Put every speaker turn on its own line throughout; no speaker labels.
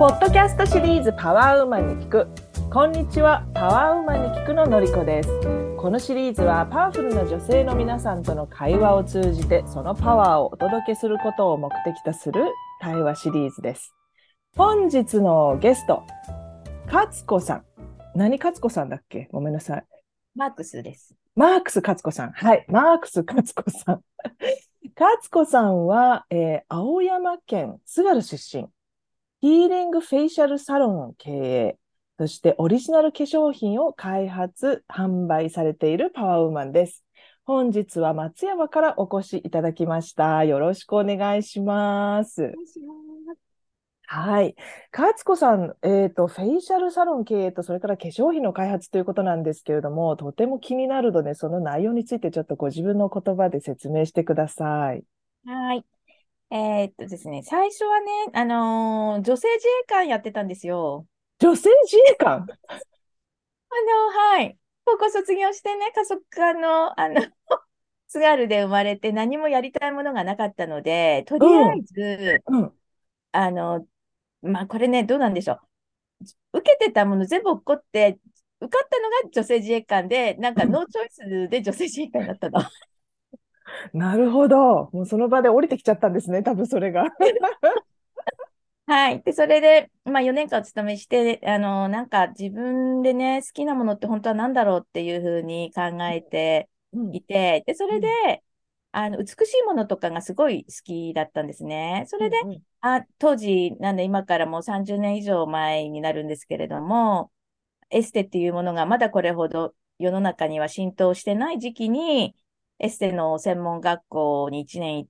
ポッドキャストシリーズパワーウーマンに聞く。こんにちは、パワーウーマンに聞くののりこです。このシリーズはパワフルな女性の皆さんとの会話を通じてそのパワーをお届けすることを目的とする対話シリーズです。本日のゲスト、勝子さん。何勝子さんだっけ？ごめんなさい。
マークスです。
マークス勝子さん。はい、マークス勝子さん。勝子さんは、青山県津軽出身。ヒーリングフェイシャルサロンを経営、そしてオリジナル化粧品を開発、販売されているパワーウーマンです。本日は松山からお越しいただきました。よろしくお願いします。
お願いします。
はい。勝子さん、フェイシャルサロン経営と、それから化粧品の開発ということなんですけれども、とても気になるので、その内容についてちょっとご自分の言葉で説明してください。
はい。ですね、最初はね、女性自衛官やってたんですよ。
女性自衛官。
はい。高校卒業してね、家族津軽で生まれて何もやりたいものがなかったので、とりあ
うん、
えず、
うん。
あの、まあ、これね、どうなんでしょう。受けてたもの全部落っこって、受かったのが女性自衛官で、なんかノーチョイスで女性自衛官になったの。
なるほど。もうその場で降りてきちゃったんですね、多分それが。
はい。で、それで、まあ、4年間お勤めして、なんか自分でね、好きなものって本当は何だろうっていうふうに考えて
うん、
いて、で、それで、
うん、
美しいものとかがすごい好きだったんですね。それで、
うん、うん、
当時、なんで今からもう30年以上前になるんですけれども、エステっていうものがまだこれほど世の中には浸透してない時期に、エステの専門学校に1年行って、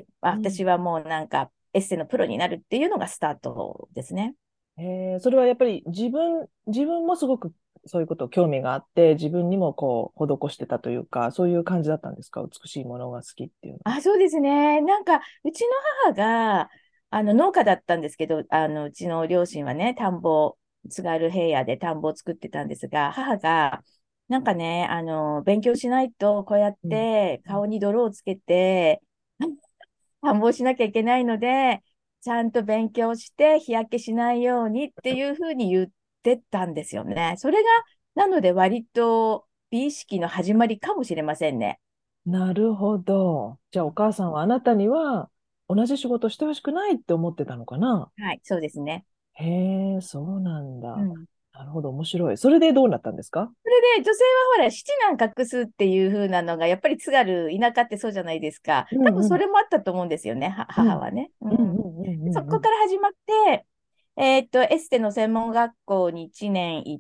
うん。
私はもうなんかエステのプロになるっていうのがスタートですね。
それはやっぱり自分もすごくそういうこと興味があって、自分にもこう、施してたというか、そういう感じだったんですか？美しいものが好きっていうのは。
そうですね。なんか、うちの母が、農家だったんですけど、うちの両親はね、津軽平野で田んぼを作ってたんですが、母が、なんかね、勉強しないと、こうやっ
うん。
て
うん。
顔に泥をつけて、田んぼをしなきゃいけないので、ちゃんと勉強して日焼けしないようにっていうふうに言ってたんですよね。それが、なので割と美意識の始まりかもしれませんね。
なるほど。じゃあお母さんはあなたには同じ仕事してほしくないって思ってたのかな？
はい、そうですね。
へえ、そうなんだ。
うん。
なるほど、面白い。それでどうなったんですか？
それで女性はほら、七男隠すっていう風なのが、やっぱり津軽、田舎ってそうじゃないですか。多分
うんうん。
それもあったと思うんですよね、
うん。
母はね。う
うんう
ん。
んうん
そ
うんうん。
こから始まって、エステの専門学校に1年行って、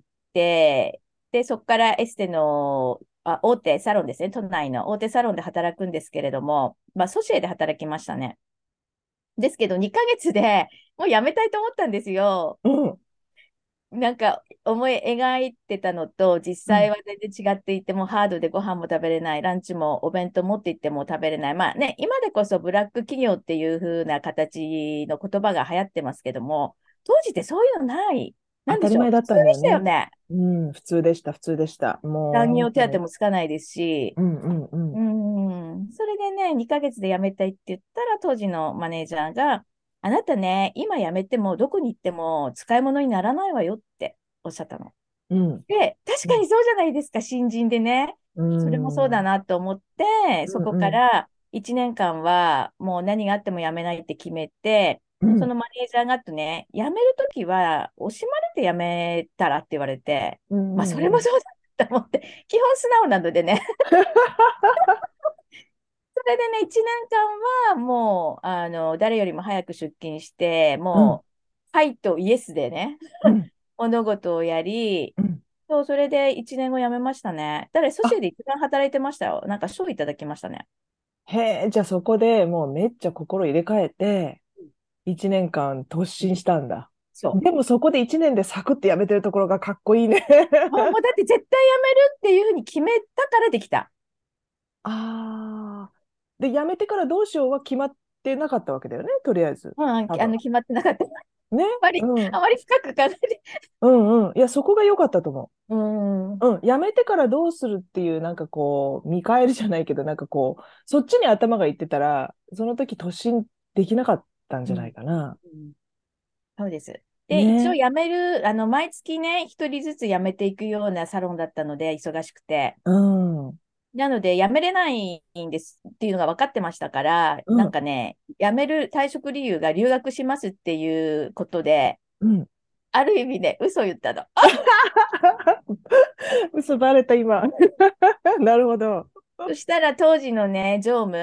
で、そこからエステの、大手サロンですね、都内の大手サロンで働くんですけれども、まあ、ソシエで働きましたね。ですけど、2ヶ月でもう辞めたいと思ったんですよ。
うん。
なんか思い描いてたのと実
うん。
際は全然違っていてもハードでご飯も食べれない、ランチもお弁当持って行っても食べれない。まあね、今でこそブラック企業っていう風な形の言葉が流行ってますけども、当時ってそういうのない。なんでしょう。
当たり前だっ
普通で
たのよね。
したよね。
うん、普通でした、普通でした。もう
残業手当
本当に。
もつかないですし。
うんうんうん。
それでね、2ヶ月で辞めたいって言ったら、当時のマネージャーが、あなたね、今辞めてもどこに行っても使い物にならないわよっておっしゃったの。
うん。
で、確
うん。
かにそうじゃないですか、新人でね。
う
それもそうだ
ん。
なと思って、そこ
うん。
から1年間はもう何があっても辞めないって決めて、
うん。
そのマネージャーがあとね、辞めるときは惜しまれて辞めたらって言われて、
う
まあそ
ん。うん。
れもそうだと思って、基本素直なのでね、それでね、1年間はもう、誰よりも早く出勤して、
うん。
もう、はいとイエスでね、
うん。
物事をやり、
うん。
そう、それで1年後辞めましたね。ソシ
あ、
エで一番働いてましたよ。なんか賞いただきましたね。
へえ、じゃあそこでもうめっちゃ心入れ替えて、一年間突進したんだ。
そう。
でもそこで一年でサクッてやめてるところがかっこいいね。
もうだって絶対辞めるっていうふうに決めたからできた。
ああ。で、やめてからどうしようは決まってなかったわけだよね、とりあえず。
うん、
多分。
決まってなかった。
ね。うん。
あまり深く考えて。
うんうん。いや、そこが良かったと思
うん。
う。うん。やめてからどうするっていう、なんかこう、見返りじゃないけど、なんかこう、そっちに頭がいってたら、その時突進できなかったんじゃな
うん。
いかな。
うん、そうです。 で、一応
ね。
辞める、毎月ね、一人ずつ辞めていくようなサロンだったので、忙しくて。
うん。うん。
なので、辞めれないんですっていうのが分かってましたから、なんかね、退職理由が留学しますっていうことで、
うん。
ある意味ね、嘘言ったの。
嘘バレた、今。なるほど。
そしたら当時のね、常務、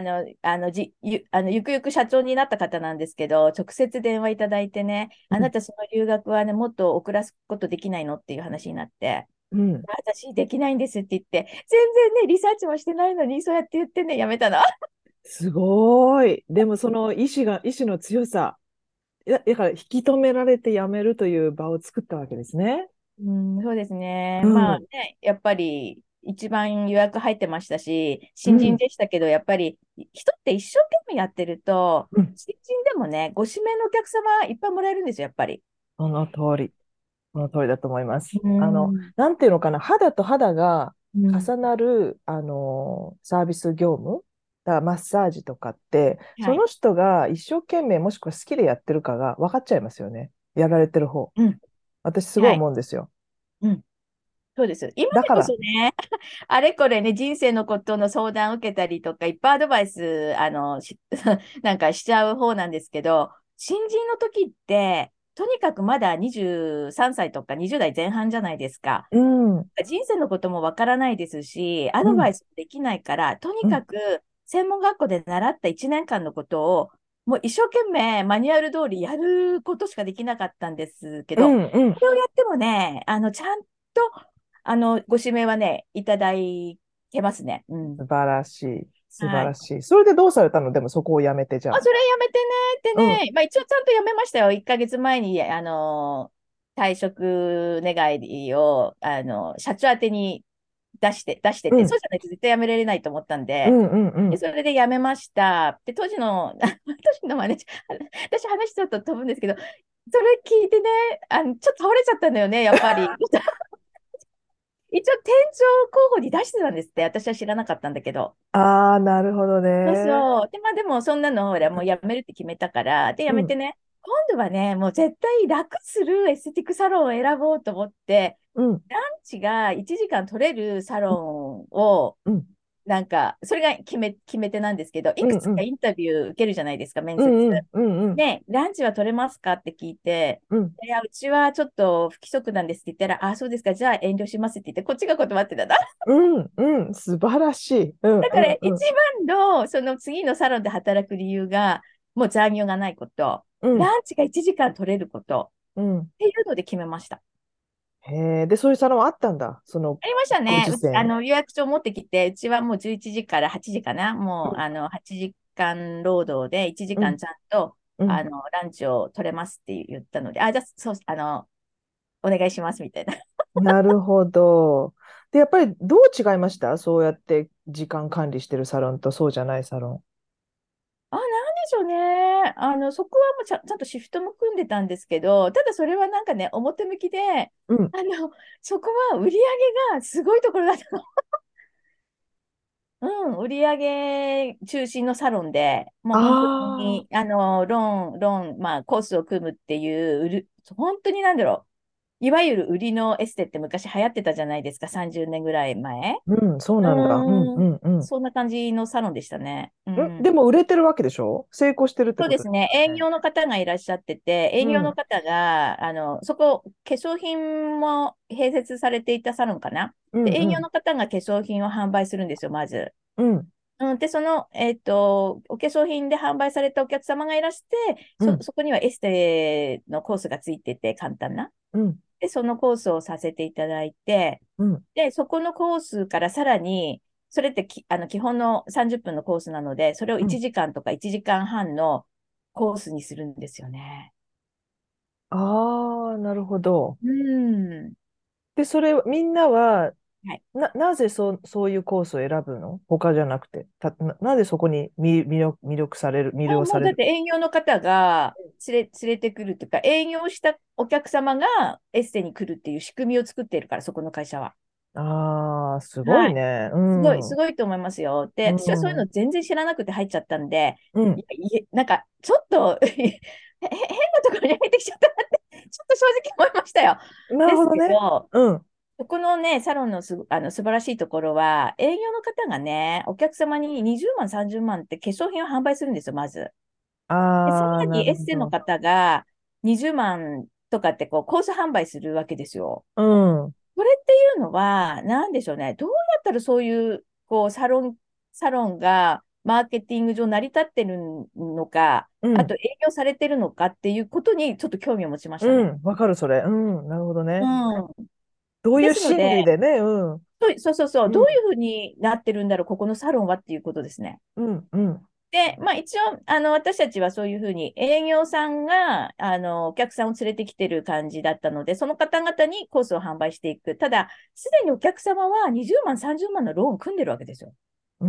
ゆくゆく社長になった方なんですけど、直接電話いただいてね、あ
うん。
なたその留学はね、もっと遅らすことできないのっていう話になって、
うん。
私できないんですって言って、全然ね、リサーチもしてないのに、そうやって言ってね、やめたの。
すごい。でもその意志の強さ。だから引き止められて辞めるという場を作ったわけですね。
うん、そうですね。
うん。
まあね、やっぱり一番予約入ってましたし、新人
うん。
でしたけど、やっぱり人って一生懸命やってると、
うん。
新人でもね、ご指名のお客様いっぱいもらえるんですよ、やっぱり。
その通り。その通りだと思います。
うん。
なんていうのかな、肌と肌が
うん。
重なる、サービス業務、だからマッサージとかって、
はい。
その人が一生懸命もしくは好きでやってるかが分かっちゃいますよね。やられてる方。
うん。
私すごい
はい。
思うんですよ。
うん。そうです。今でこそ
だから、
ね、あれこれね、人生のことの相談を受けたりとか、いっぱいアドバイス、なんかしちゃう方なんですけど、新人の時って、とにかくまだ23歳とか20代前半じゃないですか。
うん、うん、
人生のこともわからないですし、ア
うん、
ドバイスできないから、とにかく専門学校で習った1年間のことを、もう一生懸命マニュアル通りやることしかできなかったんですけど、
うん、うん。
これをやってもね、ちゃんと、ご指名はね、いただけますね。うん。
素晴らしい。素晴
はい。
らしい。それでどうされたの？でもそこをやめて、じゃ
あ、
あ。
それやめてねって
うん、
ね、まあ一応ちゃんとやめましたよ。1ヶ月前に、退職願いを、社長宛てに出してて、
うん、
そうじゃないと絶対やめられないと思ったんで、
うん、うん、う
で、
ん。
それでやめました。で、当時の、当時のマネージャー、私話ちょっと飛ぶんですけど、それ聞いてね、ちょっと倒れちゃったんだよね、やっぱり。一応店長候補に出してたんですって。私は知らなかったんだけど。
ああ、なるほど
そう
ね。
そう。で、まあでもそんなの、ほら、もうやめるって決めたから、で、や
うん、
めてね、今度はね、もう絶対楽するエステティックサロンを選ぼうと思って、
うん、
ランチが1時間取れるサロンを、
うん、
なんか、それが決め手なんですけど、い
うん、
くつか
うん、
インタビュー受けるじゃないですか、面接。
うん、うん、うん、うん、
で、ランチは取れますかって聞いて、
うん、
いや、うちはちょっと不規則なんですって言ったら、あ、そうですか、じゃあ遠慮しますって言って、こっちが断ってたな。
うん、うん、素晴らしい。うん、
だから、
うん、うん、
一番の、その次のサロンで働く理由が、もう残業がないこと、
うん、
ランチが1時間取れること
うん。
っていうので決めました。
へえ、で、そういうサロンあったんだ。その
ありました
ご
ね。
時世に。
予約書持ってきて、うちはもう11時から8時かな。もう、8時間労働で1
うん、
時間ちゃんと、
うん、
ランチを取れますって言ったので、あ、じゃあ、そう、お願いしますみたいな。
なるほど。で、やっぱりどう違いました？そうやって時間管理してるサロンとそうじゃないサロ
なんでしょうね。そこはもうちゃんとシフトも組んでたんですけど、ただそれはなんかね、表向きで、
ん。うん。
そこは売り上げがすごいところだったの。うん、売り上げ中心のサロンで、もう本当
ああ、
に、まあ、コースを組むっていう、本当になんだろう。いわゆる売りのエステって昔流行ってたじゃないですか、30年ぐらい前。
うん、そう
う
なんだ。うん、う
ーん、
ん、うん。
そんな感じのサロンでしたね。う
で
ん。
も売れてるわけでしょ？成功してるってことで
そうですね。
すよね。
営業の方がいらっしゃってて、営
うん、
業の方が、そこ、化粧品も併設されていたサロンかな。で、
うん、
営業
うん、
の方が化粧品を販売するんですよ、まず。
うん、
うん、で、お化粧品で販売されたお客様がいらして、
うん、
そこにはエステのコースがついてて、簡単な。
うん、
で、そのコースをさせていただいて、
うん。
で、そこのコースからさらに、それって基本の30分のコースなので、それを
うん。
1時間とか1時間半のコースにするんですよね。
ああ、なるほど。
うん。
で、それ、みんなは、
はい。
なぜそういうコースを選ぶの？他じゃなくて。なぜそこに魅力される、魅了される？
もうだって営業の方が連れてくるというか、営業したお客様がエステに来るっていう仕組みを作っているから、そこの会社は。
ああ、すご
はい。
いね。う
すごい、
ん、
すごいと思いますよ。で、
う
私はそういうの
ん、
全然知らなくて入っちゃったんで、
うん。
なんか、ちょっと変なところに入ってきちゃったなって。 ちょっと正直思いましたよ。です
なるほどね。
けど、
うん。
ここのね、サロンの素晴らしいところは、営業の方がね、お客様に20万、30万って化粧品を販売するんですよ、まず。で、さ
ああ、
ら
な
にエステの
るほど。
方が20万とかってこうコース販売するわけですよ。
うん。
これっていうのは、なんでしょうね。どうやったらそういう、こう、サロンがマーケティング上成り立ってるのか、
うん。
あと営業されてるのかっていうことにちょっと興味を持ちましたね。
うん。わかる、それ。うん。なるほど
う
ね。
ん。
どういう
ですので、
心理でね。うん。
そう、どう
うん。
いうふうになってるんだろう、ここのサロンはっていうことですね。
うん。うん。
で、まあ一応、私たちはそういうふうに営業さんが、お客さんを連れてきてる感じだったので、その方々にコースを販売していく。ただ、すでにお客様は20万、30万のローンを組んでるわけですよ。
うん。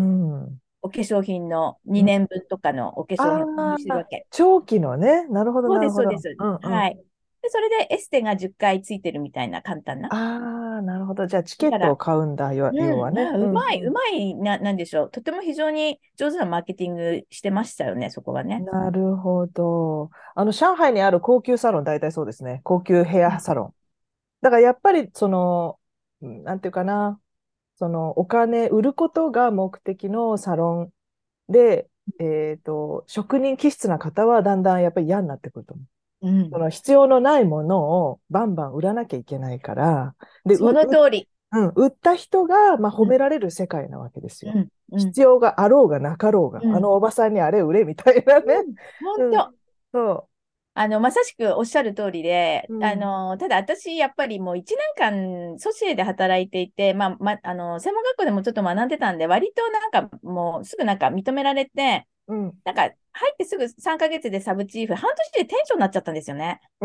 お化粧品の
うん。
2年分とかのお化粧品を購入
ああ、
してるわけ。
長期のね。なるほど、
そうです、
なるほど。
そうです。
うんうん。
はい。で、それでエステが10回ついてるみたいな簡単な。
ああ、なるほど。じゃあ、チケットを
だから、
買うんだ、要はね。
まあ、う
うんう
まいなんでしょう。とても非常に上手なマーケティングしてましたよね、そこは
ん。
ね。
なるほど。上海にある高級サロン、大体そうですね。高級ヘ
うん。
アサロン。だからやっぱり、なんていうかな、お金、売ることが目的のサロンで、職人気質な方はだんだんやっぱり嫌になってくると思う。
うん。
必要のないものをバンバン売らなきゃいけないから、で、
その通り。
売った人が、まあ、褒
うん、
められる世界なわけですよ。
うん、うん、
必要があろうがなかろうが、
うん。
おばさんにあれ売れみたいなね。
本
うん。
当。
そ
まさしくおっしゃる通りで、
う。うん。
ただ私、やっぱりもう1年間、ソシエで働いていて、専門学校でもちょっと学んでたんで、割となんかもうすぐなんか認められて、
うん。
なんか入ってすぐ3ヶ月でサブチーフ、半年で店長になっちゃったんですよね。
うん。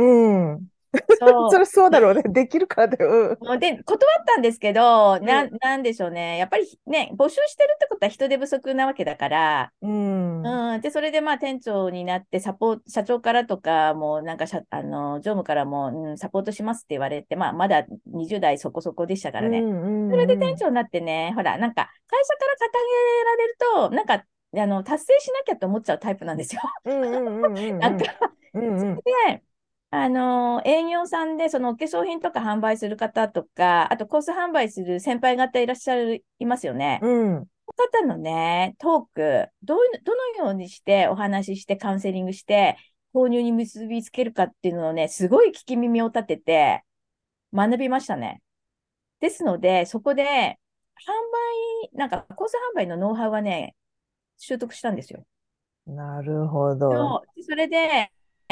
それ
そ
そうだろうね。できるからだよ。
う。で、断ったんですけど、
うん。
なんでしょうね。やっぱりね、募集してるってことは人手不足なわけだから、
うん。うん。
うん、で、それでまあ店長になって社長からとかも、なんか常務からも、サポートしますって言われて、まあまだ20代そこそこでしたか
う
らね。それで店
ん。うん。
長になってね、ほら、なんか会社から掲げられると、なんか、達成しなきゃって思っちゃうタイプなんですよ。
うん。うん。
なんか、
うん。うん。
そ
うん。
れで、営業さんでそのお化粧品とか販売する方とか、あとコース販売する先輩方いますよね。
うん。
方のね、トーク、どのようにしてお話ししてカウンセリングして購入に結びつけるかっていうのをね、すごい聞き耳を立てて学びましたね。ですので、そこでなんかコース販売のノウハウはね、習得したんですよ。
なるほど。
それで、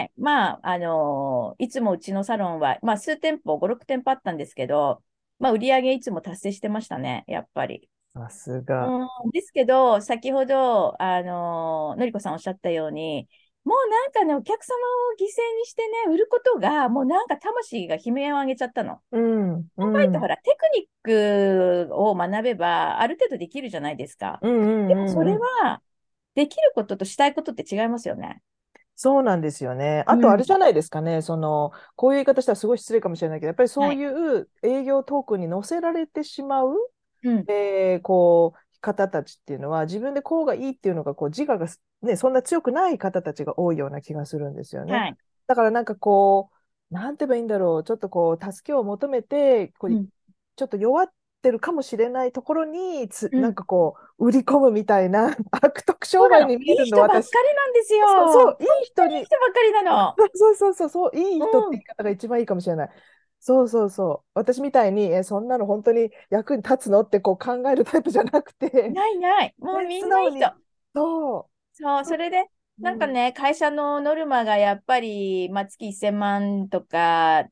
いつもうちのサロンは、まあ、数店舗、5、6店舗あったんですけど、まあ、売り上げいつも達成してましたね、やっぱり。
さすが。
ですけど、先ほど、のりこさんおっしゃったように、もうなんかね、お客様を犠牲にしてね、売ることが、もうなんか魂が悲鳴を上げちゃったの。
うん。う
販売ってほ
ん。
ら、テクニックを学べば、ある程度できるじゃないですか。
うん。
でもそれ
うん。うん。
は、できることとしたいことって違いますよね。
そうなんですよね。
う
あと、あれじ
ん。
ゃないですかね。こういう言い方したらすごい失礼かもしれないけど、やっぱりそう
はい。
いう営業トークに乗せられてしまう、
うん。
方たちっていうのは、自分でこうがいいっていうのが、自我がね、そんな強くない方たちが多いような気がするんですよね。
はい。
だからなんかなんて言えばいいんだろう。ちょっと助けを求めて、
うん。
ちょっと弱ってるかもしれないところになん
うん。
か売り込むみたいな悪徳商
そうなの。
売に見えるの、
いい人ばっか
私。
りなんですよ。
そう、
本
いい
当にいい
人に、
人ばっかりなの。
そう、いい人って
うん。
言い方が一番いいかもしれない。そう。私みたいに、そんなの本当に役に立つのって考えるタイプじゃなくて、
ないない。もう
ね、
み
素直に、
んないい人。
そ
そう、
う、
それで、
うん、
なんかね、会社のノルマがやっぱり、月1000万とか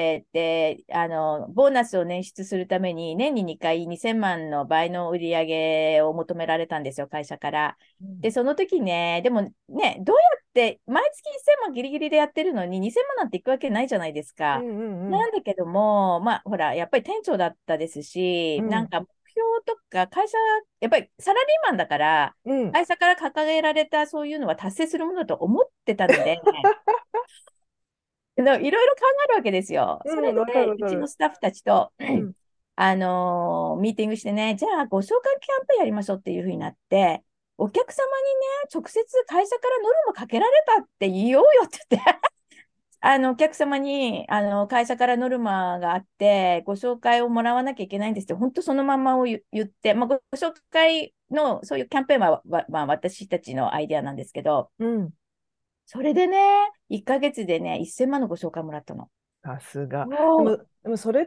ボーナスを捻出するために、年に2回2000万の倍の売り上げを求められたんですよ、会社から。で、
うん、
その時ね、でもね、どうやって、毎月1000万ギリギリでやってるのに、2000万なんていくわけないじゃないですか。
うん、うん、
なんだけども、まあ、ほら、やっぱり店長だったですし、
うん、
なんか目標とか、やっぱりサラリーマンだから、
うん、
会社から掲げられたそういうのは達成するものだと思ってたので、いろいろ考えるわけですよ。それ
うん、わかる
で、う
わかる。
ちのスタッフたちと、
うん、
ミーティングしてね、じゃあご紹介キャンペーンやりましょうっていうふうになって、お客様にね、直接会社からノルマかけられたって言おうよって言ってお客様に、会社からノルマがあって、ご紹介をもらわなきゃいけないんですって、本当そのまんまを言って、まあ、ご紹介の、そういうキャンペーンは、まあ、私たちのアイデアなんですけど、
うん。
それでね、1ヶ月でね、1000万のご紹介もらったの。
さすが。
おー、
でもそれって、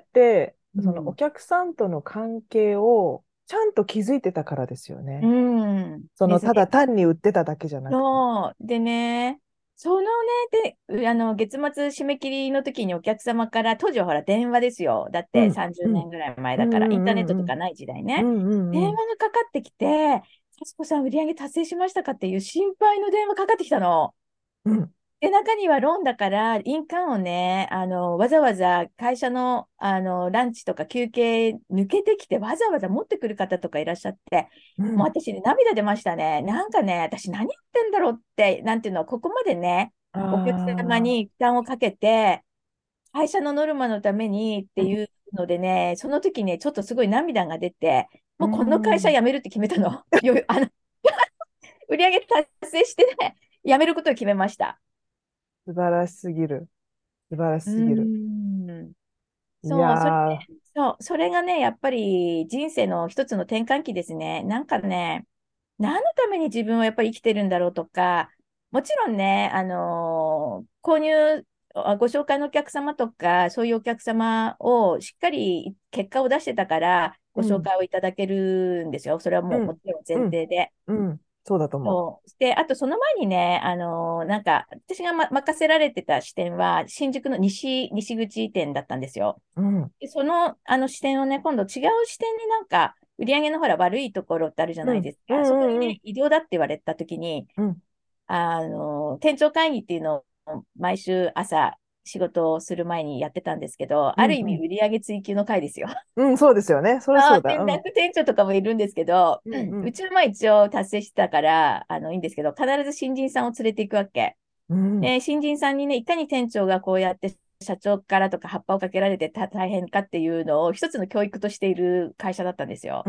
そのお
うん。
客さんとの関係をちゃんと築いてたからですよ
う
ね。
ん。
その、
ですね。
ただ単に売ってただけじゃなくて。
そう。でね、そのね、月末締め切りの時にお客様から、当時はほら電話ですよ。だって
うん、
30
うん、
年ぐらい前
うん、
だから、インターネッ
うん、うん、
トとかない時代ね。
うん、うん、うん、
電話がかかってきて、幸子さん売り上げ達成しましたかっていう心配の電話かかってきたの。
うん、
で、中にはローンだから、印鑑をね、わざわざ会社の、ランチとか休憩抜けてきて、わざわざ持ってくる方とかいらっしゃって、
うん。
もう私ね、涙出ましたね。なんかね、私何やってんだろうって、なんていうの、ここまでね、
あ
お客様
あ、
に負担をかけて、会社のノルマのためにっ
うん、
ていうのでね、その時ね、ちょっとすごい涙が出て、
う
もうこの会社
ん。
辞めるって決めたの。売上達成してね、辞めることを決めました。
素晴らしすぎる。素晴らし
うー
すぎる。
ん。
い
そう、それ
やー、
ね、そう、それがね、やっぱり人生の一つの転換期ですね。なんかね、何のために自分はやっぱり生きてるんだろうとか、もちろんね、購入、ご紹介のお客様とか、そういうお客様をしっかり結果を出してたから、ご紹
うん、
介をいただけるんですよ。それはもうも
うん、
ちろん前
うん、
提で。
うん。そうだと思
そう。で、あとその前にね、なんか、私が、任せられてた支店は、新宿の西口店だったんですよ。
う。うん、
で、その、支店をね、今度違う支店になんか、売り上げのほら悪いところってあるじゃ
うん、
ないですか。そこに
うん、うん、う
ね、
ん、
移動だって言われたときに、
うん。
店長会議っていうのを毎週朝仕事をする前にやってたんですけど、ある
うん、
意味
うん。
売上追求の会ですよ。
うん、そうですよね。そりゃそうだ。うん、
店長とかもいるんですけど、
うん、うん、
うちはまあ一応達成してたから、いいんですけど、必ず新人さんを連れていくわけ。
うん、
で、新人さんにね、いかに店長がこうやって社長からとか葉っぱをかけられて大変かっていうのを一つの教育としている会社だったんですよ。
うん、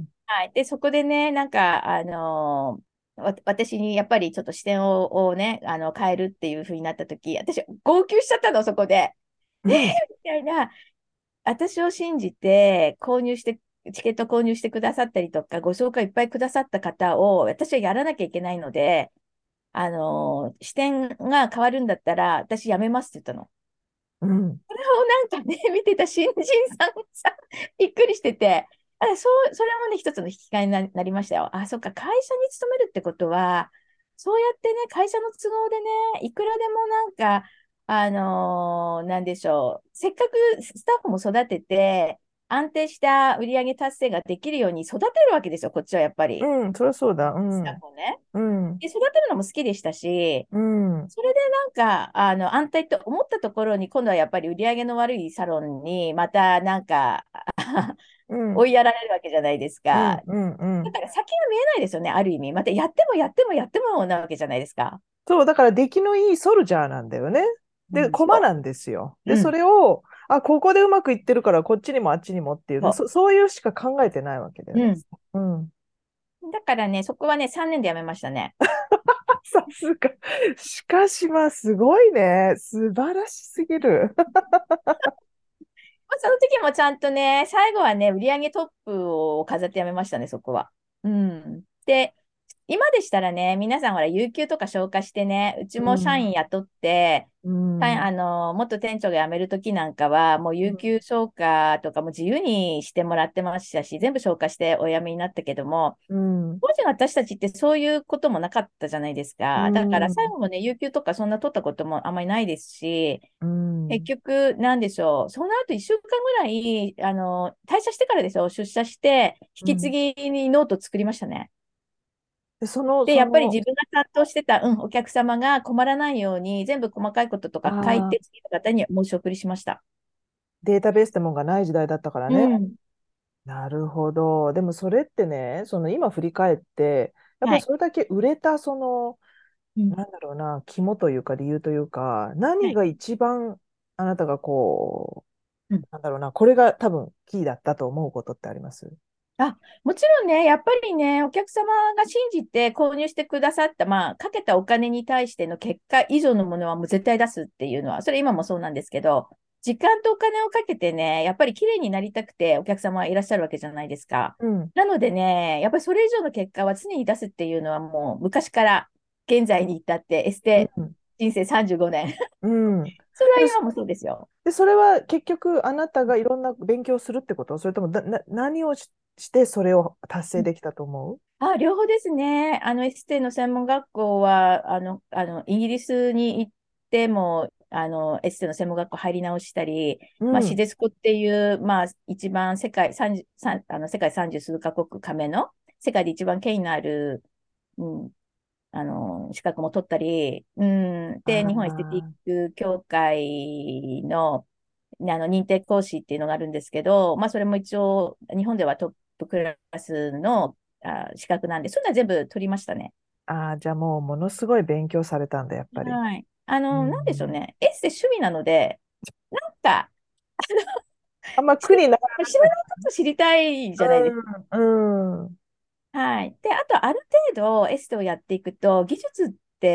はい。で、そこでね、なんか、私にやっぱりちょっと視点をね、変えるっていう風になったとき、私、号泣しちゃったの、そこで。ねえ、
うん、
みたいな、私を信じてチケット購入してくださったりとか、ご紹介いっぱいくださった方を、私はやらなきゃいけないので、視点が変わるんだったら、私辞めますって言ったの。
うん。
それをなんかね、見てた新人さんさ、びっくりしてて、それもね、一つの引き換えになりましたよ。あ、そっか、会社に勤めるってことは、そうやってね、会社の都合でね、いくらでもなんか、なんでしょう、せっかくスタッフも育てて、安定した売上達成ができるように育てるわけですよ、こっちはやっぱり。
うん、そりゃそうだ。う
スタッ
ん、
フをね。
うん、
で、育てるのも好きでしたし、
うん、
それでなんか、安泰と思ったところに、今度はやっぱり売り上げの悪いサロンに、またなんか
うん、
追いやられるわけじゃないです
うん、
か。
うん、うん。
だから先が見えないですよね、ある意味。またやってもやってもやってもなわけじゃないですか。
そう、だから出来のいいソルジャーなんだよね。で、
うん、そ
駒なんですよ。
う。
で、そ
うん、
れを、あ、ここでうまくいってるから、こっちにもあっちにもっていう、
そ
そういうしか考えてないわけだよ
う。
ね。
うん。
うん。
だからね、そこはね、3年で辞めましたね。
さすが。しかし、まあ、すごいね。素晴らしすぎる。
まあその時もちゃんとね、最後はね、売上トップを飾って辞めましたね、そこは。うん。で、今でしたらね、皆さんほら、有給とか消化してね、うちも社
うん。
員雇って、
うん。
元店長が辞める時なんかは、もう有給消化とかも自由にしてもらってましたし、全部消化してお辞めになったけども、
うん。
当時の私たちってそういうこともなかったじゃないです
う
か。だから最
ん。
後もね、有給とかそんな取ったこともあんまりないですし、
う
結
ん。
局、なんでしょう。その後1週間ぐらい、退社してからですよ。出社して、引き継
うん。
ぎにノート作りましたね。
で、
で、やっぱり自分が担当してた、お客様が困らないように、全部細かいこととか書いて、
ああ、
次の方に申し送りしました。
データベースってもんがない時代だったからね。
うん。
なるほど。でもそれってね、その今振り返って、やっぱ
はい。
りそれだけ売れた、その、
うん。
なんだろうな、肝というか理由というか、
はい。
何が一番あなたがこ
うん。
う、なんだろうな、これが多分キーだったと思うことってあります？
もちろんね、やっぱりね、お客様が信じて購入してくださった、まあ、かけたお金に対しての結果以上のものはもう絶対出すっていうのは、それ今もそうなんですけど、時間とお金をかけてね、やっぱり綺麗になりたくてお客様はいらっしゃるわけじゃないですか。
うん。
なのでね、やっぱりそれ以上の結果は常に出すっていうのはもう昔から現在に至ってエステ
うん。
人生35年。
うん。
それは
で、
今もそうですよ。
それは結局あなたがいろんな勉強をするってこと？それとも何をしてそれを達成できたと思
両方ですね。エステの専門学校は、イギリスに行っても、エステの専門学校入り直したり、
う？
まあ、
うん。
シデスコっていう、まあ、一番世界30、世界30数カ国加盟の、世界で一番権威のある、うん、資格も取ったり、で、日本エステティッ
あ
ク協会の、ね認定講師っていうのがあるんですけど、まあ、それも一応、日本ではトップクラスの資格なんで、そういうのは全部取りましたね。
じゃあもうものすごい勉強されたんだ、やっぱり。
はい。
う
なんでしょう
ん。
ね。エステ趣味なので、なんか、
あんま
知ら
苦になら
知らないこと知りたいじゃないですか。
うん、うん、
はい。で、あと、ある程度エステをやっていくと、技術って、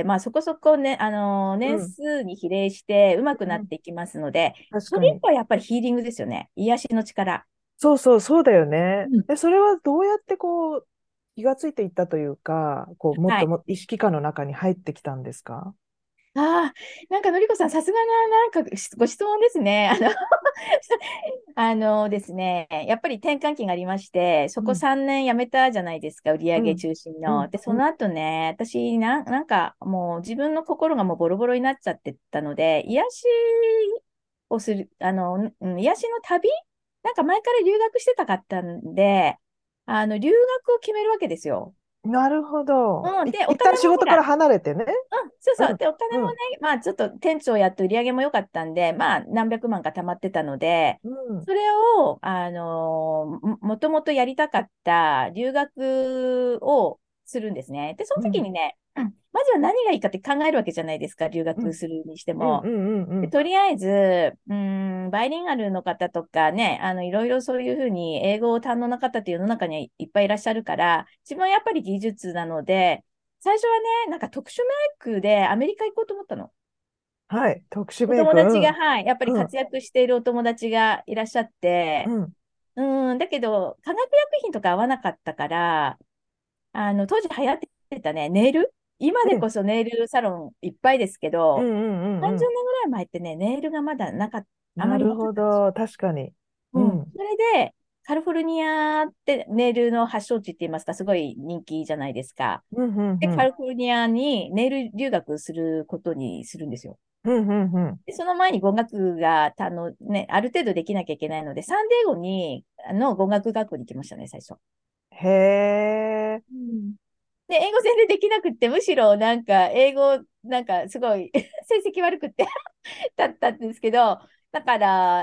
まあ、そこそこね、年
うん、
数に比例して上手くなっ
うん。
ていきますので、
確かに。
それ以降はやっぱりヒーリングですよね。癒しの力。
そうそう、そうだよね。
うん。
それはどうやってこう、気がついていったというか、こう、もっ
はい。
とも意識下の中に入ってきたんですか？
ああ、なんかのりこさん、さすがな、なんかご質問ですね。ですね、やっぱり転換期がありまして、そこ
うん、
3年辞めたじゃないですか、売上
うん、
中心の。
うん、
で、そ
うん。
の後ね、私なんかもう自分の心がもうボロボロになっちゃってたので、癒しをする、癒しの旅なんか前から留学してたかったんで、留学を決めるわけですよ。
なるほど。
で、お
一旦
金もほら、
仕事から離れてね。
そうそう。
うん、
で、お金もね、
うん、
まあちょっと店長やって売り上げも良かったんで、まあ何百万か貯まってたので、
うん、
それを、もともとやりたかった留学をするんですね。で、その
うん、
時にね、まずは何がいいかって考えるわけじゃないですか、留
うん、
学するにして
うん、う
も。
ん、う
で、
ん。
とりあえず、バイリンガルの方とかね、いろいろそういうふうに英語を堪能な方って世の中にはいっぱいいらっしゃるから、自分はやっぱり技術なので、最初はね、なんか特殊メイクでアメリカ行こうと思ったの。
はい、特殊
お
メイク。う
友達が、
ん、
はい、やっぱり
うん、
活躍しているお友達がいらっしゃって、
うん。
だけど、化学薬品とか合わなかったから、当時流行ってたね、ネイル今でこそネイルサロンいっぱいですけ
うん、
ど、
うん、うん、う
30
ん。
年ぐらい前ってね、ネイルがまだあまりな
なる
かったんですよ。
ほど。確かに。うん。
それで、カリフォルニアってネイルの発祥地って言いますか、すごい人気じゃないですか。
うん、うん、
で、
うん。
カリフォルニアにネイル留学することにするんですよ。
うん、うん、うん。
で、その前に語学が、ある程度できなきゃいけないので、サンディエゴ語学学校に行きましたね、最初。
へえ。
で、英語全然できなくって、むしろなんか、英語、なんかすごい成績悪くってだったんですけど、だから、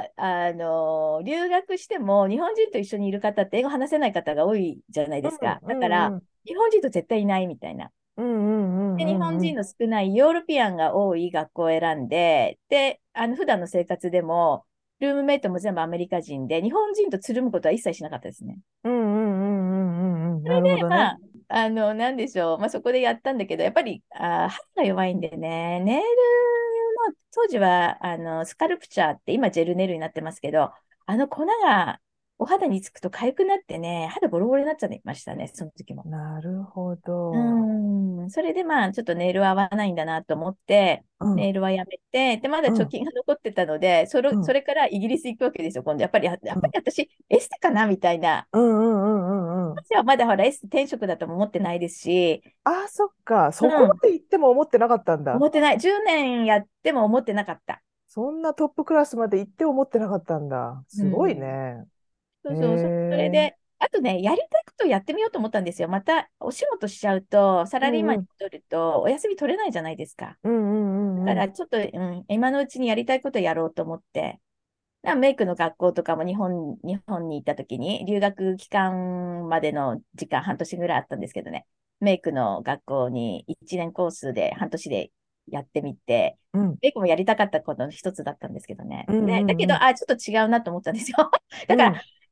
留学しても、日本人と一緒にいる方って英語話せない方が多いじゃない
うん、
ですか。
うん、
だから、
うん。
日本人と絶対いないみたいな。
うん、うん、
で、日
うん、うん。
本人の少ないヨーロピアンが多い学校を選んで、で、普段の生活でも、ルームメイトも全部アメリカ人で、日本人とつるむことは一切しなかったですね。
うん、うん、うん、うん、うん。なるほ
で、
どね。
まあ、なんでしょう。まあ、そこでやったんだけど、やっぱり、肌が弱いんでね、ネイルの、当時は、スカルプチャーって、今ジェルネイルになってますけど、あの粉がお肌につくと痒くなってね、肌ボロボロになっちゃいましたね、その時も。
なるほど。
それでまあ、ちょっとネイルは合わないんだなと思って、
うん、
ネイルはやめて、で、まだ
うん、
貯金が残ってたので、
うん、
それからイギリス行くわけですよ、今度。やっぱ
うん、
り私、エステかなみたいな。
うん、うん、うん、うん。
私はまだほら、エステ転職だとも思ってないですし、
そっか。
う
そこま
ん、
で行っても思ってなかったんだ。
思ってない。10年やっても思ってなかった。
そんなトップクラスまで行って思ってなかったんだ。
う
すごい
ん。
ね。へ
そうそう、それ
え。
で、あとね、やりたいことをやってみようと思ったんですよ。また、お仕事しちゃうと、サラリーマンに
うんうん。
戻ると、お休み取れないじゃないですか。
うんうんうんうん。
だから、ちょっと、今のうちにやりたいことやろうと思って、メイクの学校とかも日本に行った時に、留学期間までの時間半年ぐらいあったんですけどね、メイクの学校に1年コースで半年でやってみて、
うん
メイクもやりたかったことの一つだったんですけどね。
うん
で、だけど、
うんうん
ちょっと違うなと思ったんですよ。だから、
うん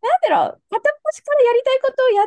なんだろう、片っ端からやりたいことをやって、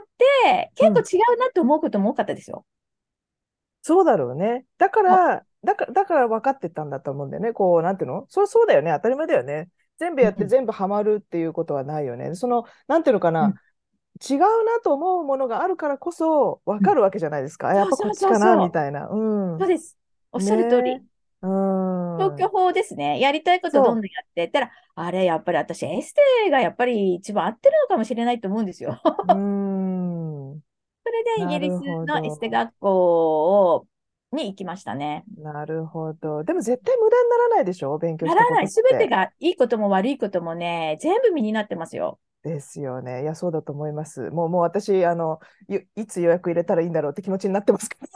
うん。
結構違うなって思うことも多かったですよ。
そうだろうね。
そう
だから分かってたんだと思うんだよね。こう、なんていうのそうだよね。当たり前だよね。全部やって
うん。
全部ハマるっていうことはないよね。なんていうのかな。
うん。
違うなと思うものがあるからこそ分
うん。
かるわけじゃないですか。あ、やっぱこっ
そうそう
ちかな、
そうそう。
みたいな。うん。
そうです。おっしゃる通
ねえ。
り。
う
消去
ん。
法ですね。やりたいことどん
そ
どんやってったら、あれ、やっぱり私、エステがやっぱり一番合ってるのかもしれないと思うんですよ。
う。うん。
それでイギリス
なるほ
のエステ
ど。
学校に行きましたね。
なるほど。でも絶対無駄にならないでしょ勉強したこ
ならない。すべて
とって。
がいいことも悪いこともね、全部身になってますよ。
ですよね。いや、そうだと思います。もう私、いつ予約入れたらいいんだろうって気持ちになってますから。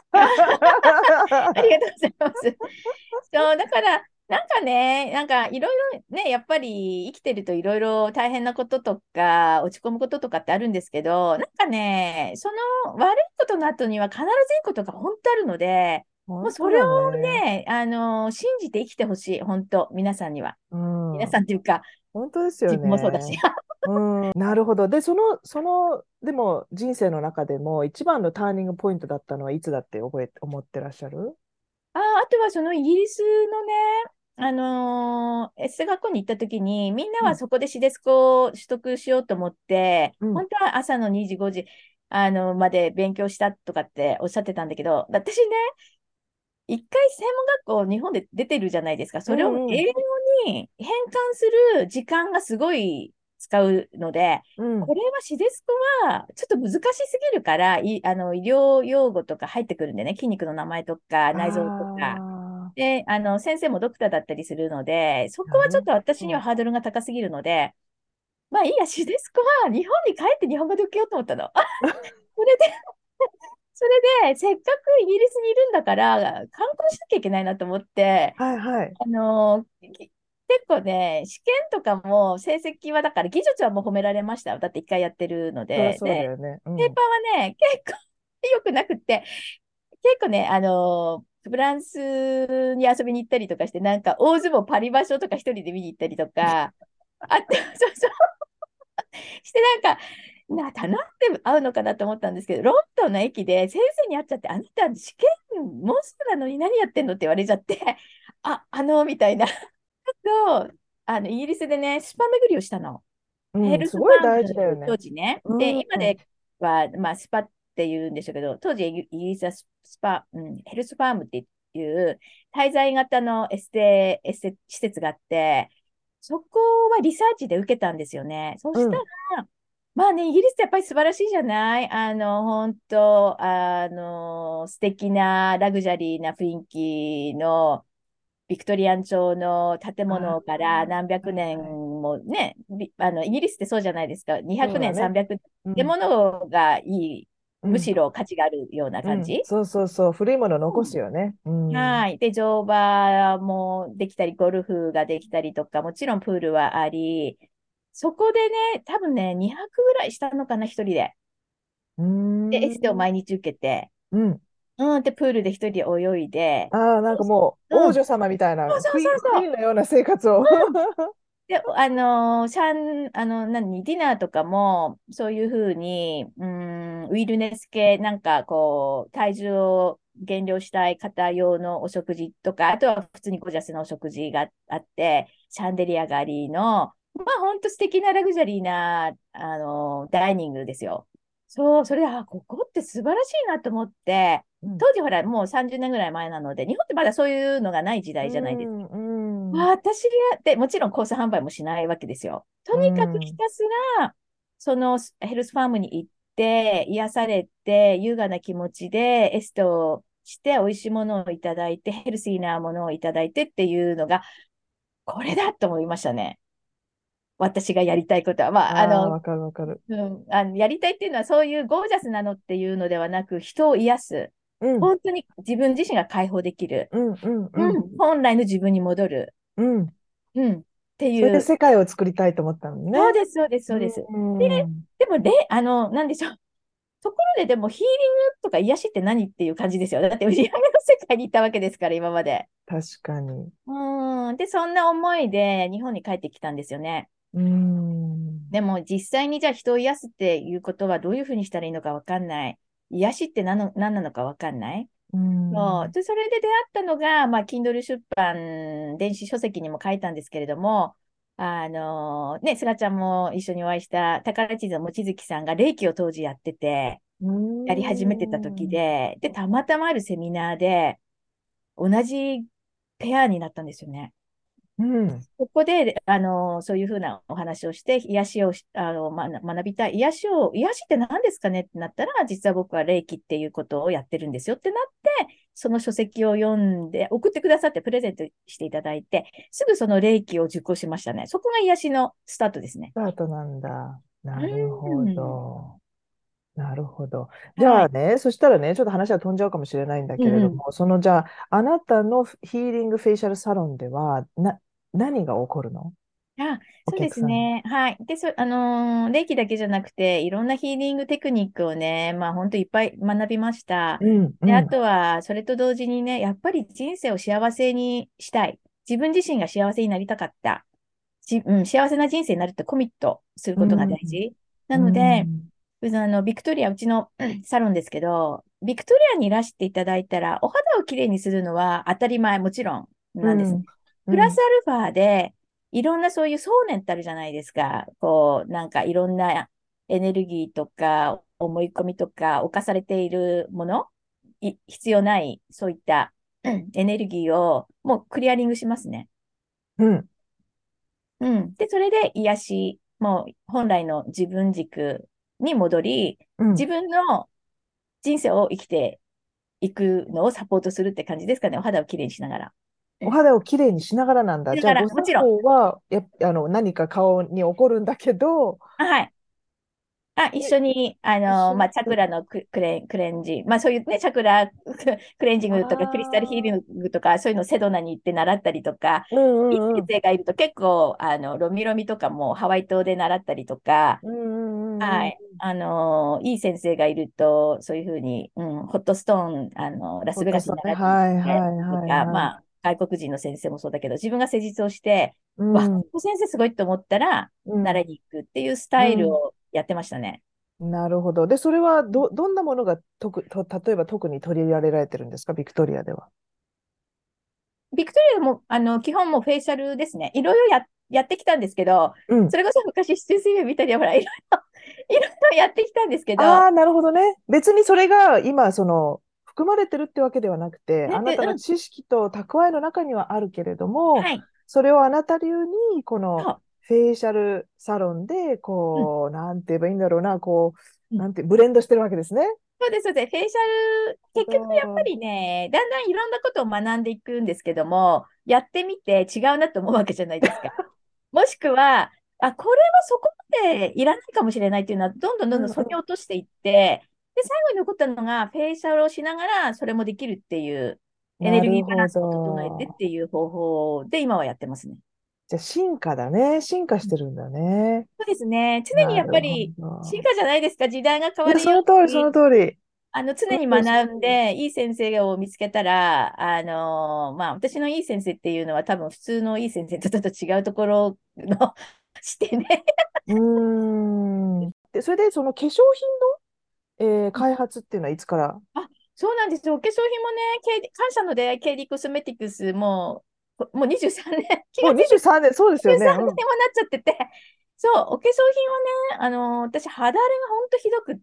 ありがとうございます。そう、だから、なんかね、なんかいろいろね、やっぱり生きてるといろいろ大変なこととか、落ち込むこととかってあるんですけど、なんかね、その悪いことの後には必ずいいことが本当あるので、もうそれを
本当だね。
ね、信じて生きてほしい、本当、皆さんには。
う
皆
ん。
さんっていうか、
本当ですよ
自分もそうだし。
ね。うん。なるほど。で、でも人生の中でも一番のターニングポイントだったのはいつだって思ってらっしゃる？
あとはそのイギリスのね、エステ学校に行った時に、みんな
うん。
はそこでシデスコを取得しようと思って、
うん。
本当は朝の2時、5時、まで勉強したとかっておっしゃってたんだけど、私ね、一回専門学校日本で出てるじゃないですか。それを
うんうん。
英語に変換する時間がすごい使うので、
うん。
これはシデスコはちょっと難しすぎるから、医療用語とか入ってくるんでね、筋肉の名前とか内臓と
あ
か。
あ、
で、先生もドクターだったりするので、そこはちょっ
なる
と私には
ほど。
ハードルが高すぎるので、まあいいや、シデスコは日本に帰って日本語で受けようと思ったの。それで、それで、せっかくイギリスにいるんだから、観光しなきゃいけないなと思って、
はいはい。
結構ね、試験とかも成績は、だから技術はもう褒められました。だって一回やってるので。
そりゃそうだ
で、
よね。う
ペー
ん。
パーはね、結構良くなくって、結構ね、フランスに遊びに行ったりとかして、なんか大相撲パリ場所とか一人で見に行ったりとか、あと、そうそう、してなんで会うのかなと思ったんですけど、ロンドンの駅で先生に会っちゃって、あなた試験もうすぐなのに何やってんのって言われちゃって、みたいな。と、イギリスでね、スパ巡りをしたの。ヘ
うん、
ルスフ
すごい
ァーム、
大事だよね。
当時ね。で、
うん。
今では、まあ、スパって言うんでしょうけど、当時イギリスはヘルスファームっていう滞在型のエステ施設があって、そこはリサーチで受けたんですよね。そした
うん。
ら、まあね、イギリスってやっぱり素晴らしいじゃない本当、素敵なラグジュアリーな雰囲気のビクトリアン朝の建
あ
物か
あ、
ら何百年
はいはい。
もね、イギリスってそうじゃないですか。200年、
そうだね。
300年、建
うん。
物がいい、
うん。
むしろ価値があるような
うん。
感じ。
そうそうそう。古いもの残すよね。うん。
はい。で、乗馬もできたり、ゴルフができたりとか、もちろんプールはあり、そこでね、多分ね、200ぐらいしたのかな、一人で。
うー
で、エステを
ん。
毎日受けて、
うん。
で、プールで一人で泳いで、
ああ、なんかもう、王
うん。
女様みたいな、
そうそう
クイ
そうそう。
ーンのような生活を。
で、ディナーとかも、そういうふうに、ウィルネス系、なんかこう、体重を減量したい方用のお食事とか、あとは普通にゴージャスなお食事があって、シャンデリアがありの、まあ、本当素敵なラグジュアリーな、ダイニングですよ。そう、それで、ここって素晴らしいなと思って、
うん。
当時ほら、もう30年ぐらい前なので、日本ってまだそういうのがない時
う
代じゃないですか。
ん。うん。
私で、もちろんコース販売もしないわけですよ。と
う
にかくひ
ん。
たすら、そのヘルスファームに行って、癒されて、優雅な気持ちでエステをして、美味しいものをいただいて、ヘルシーなものをいただいてっていうのが、これだと思いましたね。私がやりたいことは。まあ、
ああ、わかるわかる。
やりたいっていうのは、そういうゴージャスなのっていうのではなく、人を癒す。
うん。
本当に自分自身が解放できる。
うん。うん。うん。
本来の自分に戻る。
うん。
って
それで
いう。
世界を作りたいと思ったのね。
そうです、そうです、そうです。
う
で、
ん。
でもね、なんでしょう。ところででもヒーリングとか癒しって何っていう感じですよ。だって売り上げの世界に行ったわけですから、今まで。
確かに。
で、そんな思いで日本に帰ってきたんですよね。
うん。
でも実際にじゃあ人を癒すっていうことはどういうふうにしたらいいのかわかんない。癒しって何なのかわかんない。
うん。
で、それで出会ったのが、まあ、Kindle 出版、電子書籍にも書いたんですけれども、ね、すがちゃんも一緒にお会いした宝地図の望月さんが霊気を当時やってて、
う
やり始めてた時
ん。
で、たまたまあるセミナーで、同じペアになったんですよね。
うん。
ここで、そういうふうなお話をして、癒しをし学びたい。癒しって何ですかねってなったら、実は僕は霊気っていうことをやってるんですよってなって、その書籍を読んで、送ってくださってプレゼントしていただいて、すぐその霊気を受講しましたね。そこが癒しのスタートですね。
スタートなんだ。
う
なるほ
ん。
ど。なるほど。じゃ
はい。
あね、そしたらね、ちょっと話は飛んじゃうかもしれないんだ
うんうん。
けれども、じゃあ、あなたのヒーリングフェイシャルサロンでは、何が起こるの？お
そうで
客さんに。
すね。はい。で、霊気だけじゃなくて、いろんなヒーリングテクニックをね、まあ、本当いっぱい学びました。
うん、う
で、あ
ん、
とは、それと同時にね、やっぱり人生を幸せにしたい。自分自身が幸せになりたかった。幸せな人生になるってコミットすることが
うん、
大事。な
う
ので、
ん、
ビクトリア、うちのサロンですけど、ビクトリアにいらしていただいたら、お肌をきれいにするのは当たり前、もちろんなんですね。
うん、う
プラス
ん、
アルファで、いろんなそういう想念ってあるじゃないですか。なんかいろんなエネルギーとか、思い込みとか、侵されているもの、必要ない、そういったエネルギーをもうクリアリングしますね。
うん、
うん。で、それで癒し、もう本来の自分軸に戻り、
うん。
自分の人生を生きていくのをサポートするって感じですかね。お肌をきれいにしながら。
お肌をきれいにしながらなんだ。じゃあ、
だから、
ご作
もちろん、
法は、何か顔に起こるんだけど、
はい。一
え、
緒に、
一緒に、
まあ、チャクラのクレンジ、まあ、そういうね、チャクラクレンジン
あ
グとか、クリスタルヒーリン
あ、
グとか、そういうのをセドナに行って習ったりとか、
う
いい
ん、うん、うん、
先生がいると結構、ロミロミとかもハワイ島で習ったりとか、
うん、うん、うん、
はい。いい先生がいると、そういうふうに、ホットストーン、ラ
ホ
スベガスに
ットストーンね。
習いに行っ
はい、はい、
てと
はい、
か、
はい。
まあ、外国人の先生もそうだけど、自分が施術をして、わ、こ
うん、
の先生すごいと思ったら、
うん、
習いに行くっていうスタイル
うん。
をやってましたね。
なるほど。で、それはどんなものが例えば特に取り入れられてるんですか、ビクトリアでは？
ビクトリアも、基本もうフェイシャルですね。いろいろやってきたんですけど、
うん。
それこそ昔、シチュー水面見たりは、ほら、いろいろやってきたんですけど、
ああ、なるほどね。別にそれが今、含まれてるってわけではなくて、あ
なんて、
なたの知識と蓄えの中にはあるけれども、
はい、
それをあなた流に、この
そ
フェイシャルサロンで、
う、
なんて言えばいいんだろうな、
うん。
ブレンドしてるわけですね。
そうです、そうです。フェイシャル、
なる
結局やっぱ
ほど。
りね、だんだんいろんなことを学んでいくんですけども、やってみて違うなと思うわけじゃないですか。もしくは、これはそこまでいらないかもしれないっていうのは、どんどんどんどんそぎ
うんう
落としていって、で、最後に残ったのが、フェイシャルをしながら、それもできるっていう、
ん。
エネルギー
なるほ
バランスも整えてっ
ど。
ていう方法で今はやってますね。
じゃあ、進化だね。進化してるんだね。
そうですね。常にやっぱ
なるほ
り進
ど。
化じゃないですか。時代が変
いや、
わるよ
その通り、その
うに、
通り。そ
常に
の通り、その
学ん
通り。
で、いい先生を見つけたら、まあ、私のいい先生っていうのは多分普通のいい先生とちょっと違うところのしてね。
うーん。で、それで、その化粧品の、開発っていうのはいつから？
そうなんですよ。お化粧品もね、感謝の出会い、ケイリコスメティクス、もう23年、気
もう
がついたら
23年、そうですよね。
23
うん。
年もなっちゃってて、そう、お化粧品はね、私、肌荒れが本当ひどくって、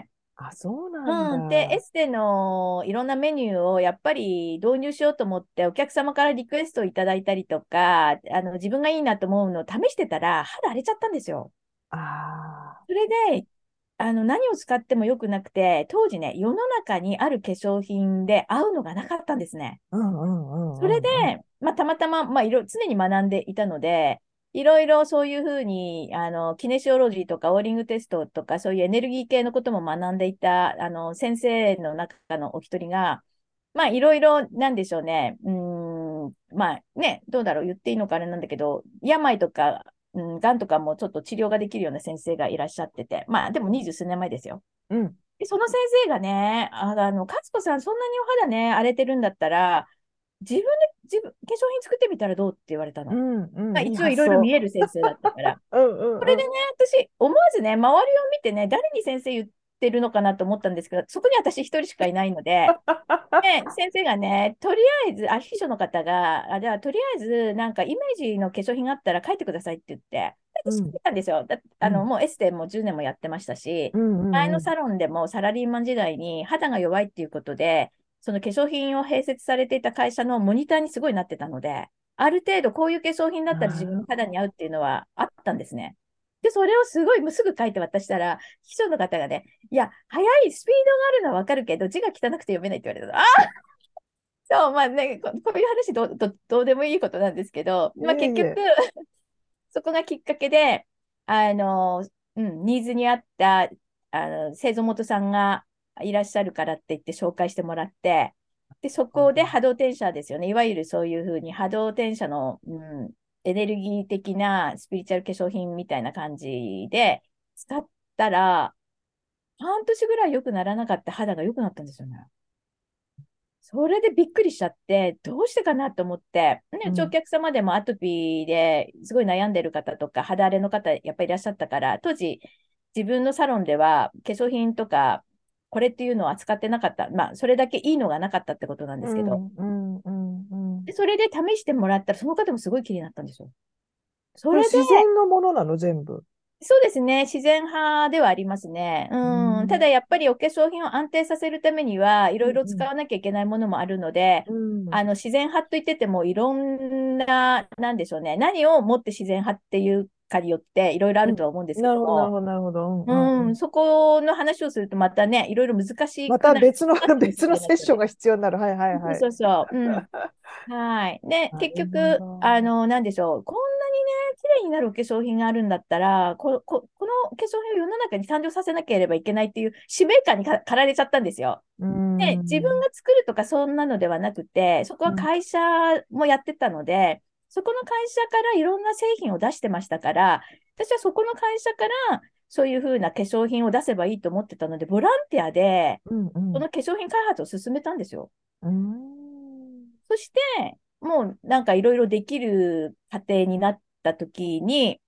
あ、そうなん
で、エ
だ。
ステのいろんなメニューをやっぱり導入しようと思って、お客様からリクエストをいただいたりとか、自分がいいなと思うのを試してたら、肌荒れちゃったんですよ。
あ
それで、何を使っても良くなくて、当時ね、世の中にある化粧品で合うのがなかったんですね。
あ、うんうんう
それ
んうんうん。
で、まあ、たまたま、まあ、常に学んでいたので、いろいろそういうふうに、キネシオロジーとかオーリングテストとか、そういうエネルギー系のことも学んでいた、先生の中のお一人が、まあ、いろいろ、なんでしょうね。まあね、どうだろう、言っていいのかあれなんだけど、病とか、がんとかもちょっと治療ができるような先生がいらっしゃってて、まあ、でも二十数年前ですよ。
うん。
でその先生がね、勝子さん、そんなにお肌ね、荒れてるんだったら、 化粧品作ってみたらどうって言われたの。
うんうん、いい
一応いろいろ見
発想。
える先生だったから。
うんうんうん。
それでね、私、思わずね、周りを見てね、誰に先生言ってるのかなと思ったんですけど、そこに私一人しかいないので、で、先生がね、とりあえず、秘書の方が、じゃあ、とりあえず、なんか、イメージの化粧品があったら書いてくださいって言って、私書
うん
いたんですよ。
うん
もうエステも10年もやってましたし、
うんうんうん
前のサロンでもサラリーマン時代に肌が弱いっていうことで、その化粧品を併設されていた会社のモニターにすごいなってたので、ある程度こういう化粧品だったら自分の肌に合うっていうのはあったんですね。で、それをすごい、もうすぐ書いて渡したら、秘書の方がね、いや、早いスピードがあるのはわかるけど、字が汚くて読めないって言われた。そう、まあね、こういう話どうでもいいことなんですけど、
い
まあ結局、
えいえ。
そこがきっかけで、ニーズに合った、製造元さんがいらっしゃるからって言って紹介してもらって、で、そこで波動転写ですよね。いわゆるそういうふうに波動転写の、エネルギー的なスピリチュアル化粧品みたいな感じで使ったら、半年ぐらい良くならなかった肌が良くなったんですよね。それでびっくりしちゃって、どうしてかなと思って、ね、
うん。
うちお客様でもアトピーですごい悩んでる方とか、肌荒れの方、やっぱりいらっしゃったから、当時、自分のサロンでは化粧品とか、これっていうのを扱ってなかった。まあ、それだけいいのがなかったってことなんで
う
すけど、
んうんうんうん。
でそれで試してもらったら、その方もすごい綺麗になったんですよ。それで、
それ自然のものなの、全部？
そうですね。自然派ではありますね。
う
うん。た
ん
だやっぱりお化粧品を安定させるためには、いろいろ使
うん
わなきゃいけないものもあるので、
うん
自然派と言ってても、いろんな、なんでしょうね。何をもって自然派っていうかによって、いろいろあ
うん。
るとは思うんですけ
なるほど、なる
ども、
ほど、なるほど。うんうんう
うん、
ん。
そこの話をすると、またね、いろいろ難し
ま
くなる
た別の、
かなと
別の
思っちゃって。
セッションが必要になる。はいはい
そう
はい。
そうそう。うん。はい。で、
な
結
るほ
局、
ど。
なんでしょう。こんなにね、綺麗になるお化粧品があるんだったら、この化粧品を世の中に誕生させなければいけないっていう使命感に駆られちゃったんですよ。
う
で、自分
ん。
が作るとかそんなのではなくて、そこは
うん。
会社もやってたので、そこの会社からいろんな製品を出してましたから、私はそこの会社からそういうふうな化粧品を出せばいいと思ってたので、ボランティアで、
うん。うん。
この化粧品開発を進めたんですよ。
うん。
そして、もうなんかいろいろできる過程になった時に、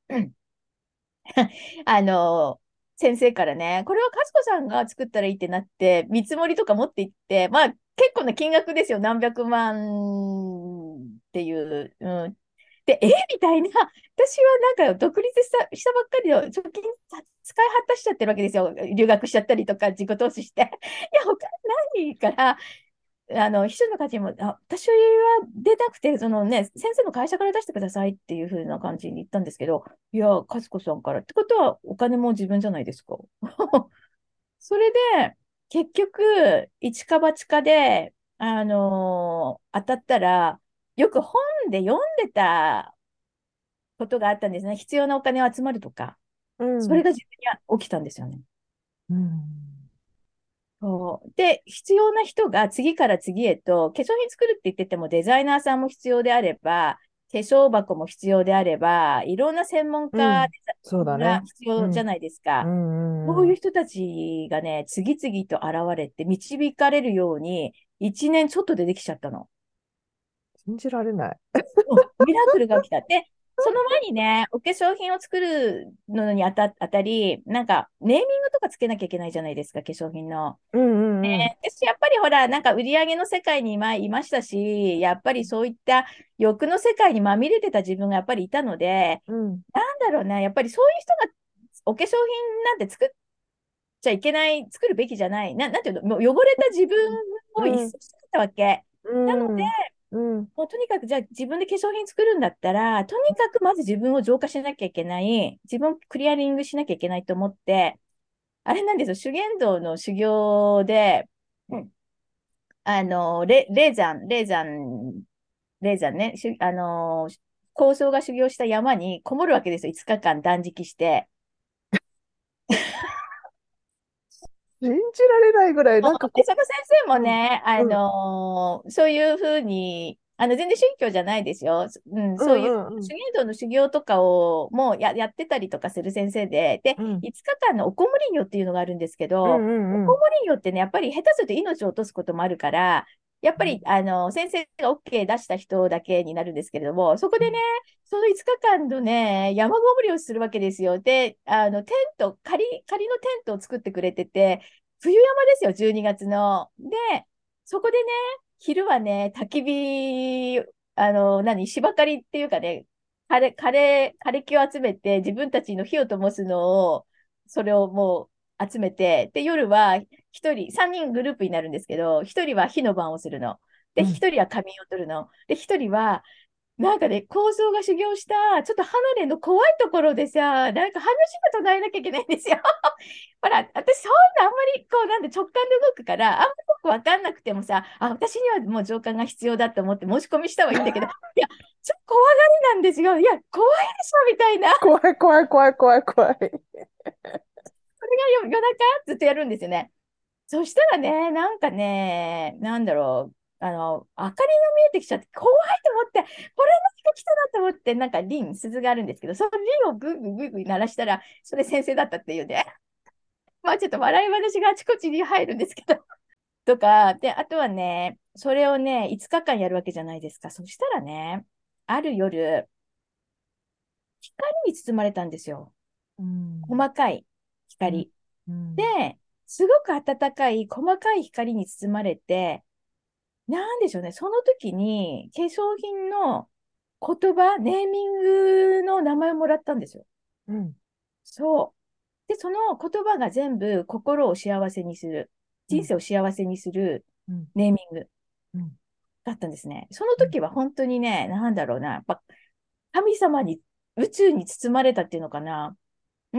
あの、先生からね、これは勝子さんが作ったらいいってなって、見積もりとか持って行って、まあ結構な金額ですよ、何百万っていう。うん、で、みたいな、私はなんか独立したばっかりの貯金使い果たしちゃってるわけですよ。留学しちゃったりとか、自己投資して。いや、他ないから、秘書の方にも、私は出たくて、そのね、先生の会社から出してくださいっていう風な感じに言ったんですけど、いや、勝子さんから。ってことは、お金も自分じゃないですか。それで、結局、一か八かで、当たったら、よく本で読んでたことがあったんですね。必要なお金を集まるとか。
うん。
それが自分に起きたんですよね。
うん。
そうで、必要な人が次から次へと、化粧品作るって言っててもデザイナーさんも必要であれば、化粧箱も必要であれば、いろんな専門家
うん。そうだね。
が必要じゃ
うん。
ないです
う
か。そう
ん。うん。
いう人たちがね、次々と現れて導かれるように、一年ちょっとでできちゃったの。
信じられない。
ミラクルが起きた。で、その前にね、お化粧品を作るのにあたり、なんか、ネーミングとかつけなきゃいけないじゃないですか、化粧品の。
うんうんうん。
私やっぱりほら、なんか売り上げの世界にいましたし、やっぱりそういった欲の世界にまみれてた自分がやっぱりいたので、
うん。
なんだろうな、やっぱりそういう人がお化粧品なんて作っちゃいけない、作るべきじゃない、なんていうの、もう汚れた自分を一
うん。
掃してたわけ。
う
なので、
ん。うん。
もうとにかくじゃあ自分で化粧品作るんだったら、とにかくまず自分を浄化しなきゃいけない、自分をクリアリングしなきゃいけないと思って、あれなんですよ、修験道の修行で、霊山ね、高僧が修行した山にこもるわけですよ。5日間断食して。
信じられないぐらい、なんか
で、
こ
その先生も
う、うん。
ね、
うん。
そういうふうに、全然宗教じゃないですよ。うん、
う
そういう
んうんうん。
修験道の修行とかをもうやってたりとかする先生で、
うん。
5日間のおこもり業っていうのがあるんですけど、
うんうんうん。
おこもり業ってね、やっぱり下手すると命を落とすこともあるから、 やっぱり、先生が OK 出した人だけになるんですけれども、そこでね、その5日間のね、山ごもりをするわけですよ。で、テント、仮のテントを作ってくれてて、冬山ですよ、12月の。で、そこでね、昼はね、焚き火、芝刈りっていうかね、枯れ木を集めて、自分たちの火を灯すのを、それをもう集めて、で、夜は一人、3人グループになるんですけど、一人は火の番をするの。で、一
うん。
人は仮眠を取るの。で、一人は、なんかね、構造が修行した、ちょっと離れの怖いところでさ、なんか話が唱えなきゃいけないんですよ。ほら、私そういうのあんまり、こう、なんで直感で動くから、あんまりよくわかんなくてもさ、私にはもう上官が必要だと思って申し込みしたはいいんだけど、いや、ちょっと怖がりなんですよ。いや、怖いでしょ、みたいな。
怖い怖い怖い怖い怖い。
それが夜中ずっとやるんですよね。そしたらね、なんかね、なんだろう、明かりが見えてきちゃって、怖いと思って、これ何か来たなと思って、なんか鈴があるんですけど、そのをグーグーグーグー鳴らしたら、それ先生だったっていうね。まあちょっと笑い話があちこちに入るんですけど。とか、で、あとはね、それをね、5日間やるわけじゃないですか。そしたらね、ある夜、光に包まれたんですよ。
うん。
細かい
うん。
光。
うん。
で、すごく暖かい細かい光に包まれて、なんでしょうね、その時に化粧品の言葉、ネーミングの名前をもらったんですよ。
うん。
そう。で、その言葉が全部心を幸せにする、
うん。
人生を幸せにする
うん。
ネーミング
うん。
だったんですね。その
うん。
時は本当にね、なんだろうな、やっぱ神様に、宇宙に包まれたっていうのかな。うん。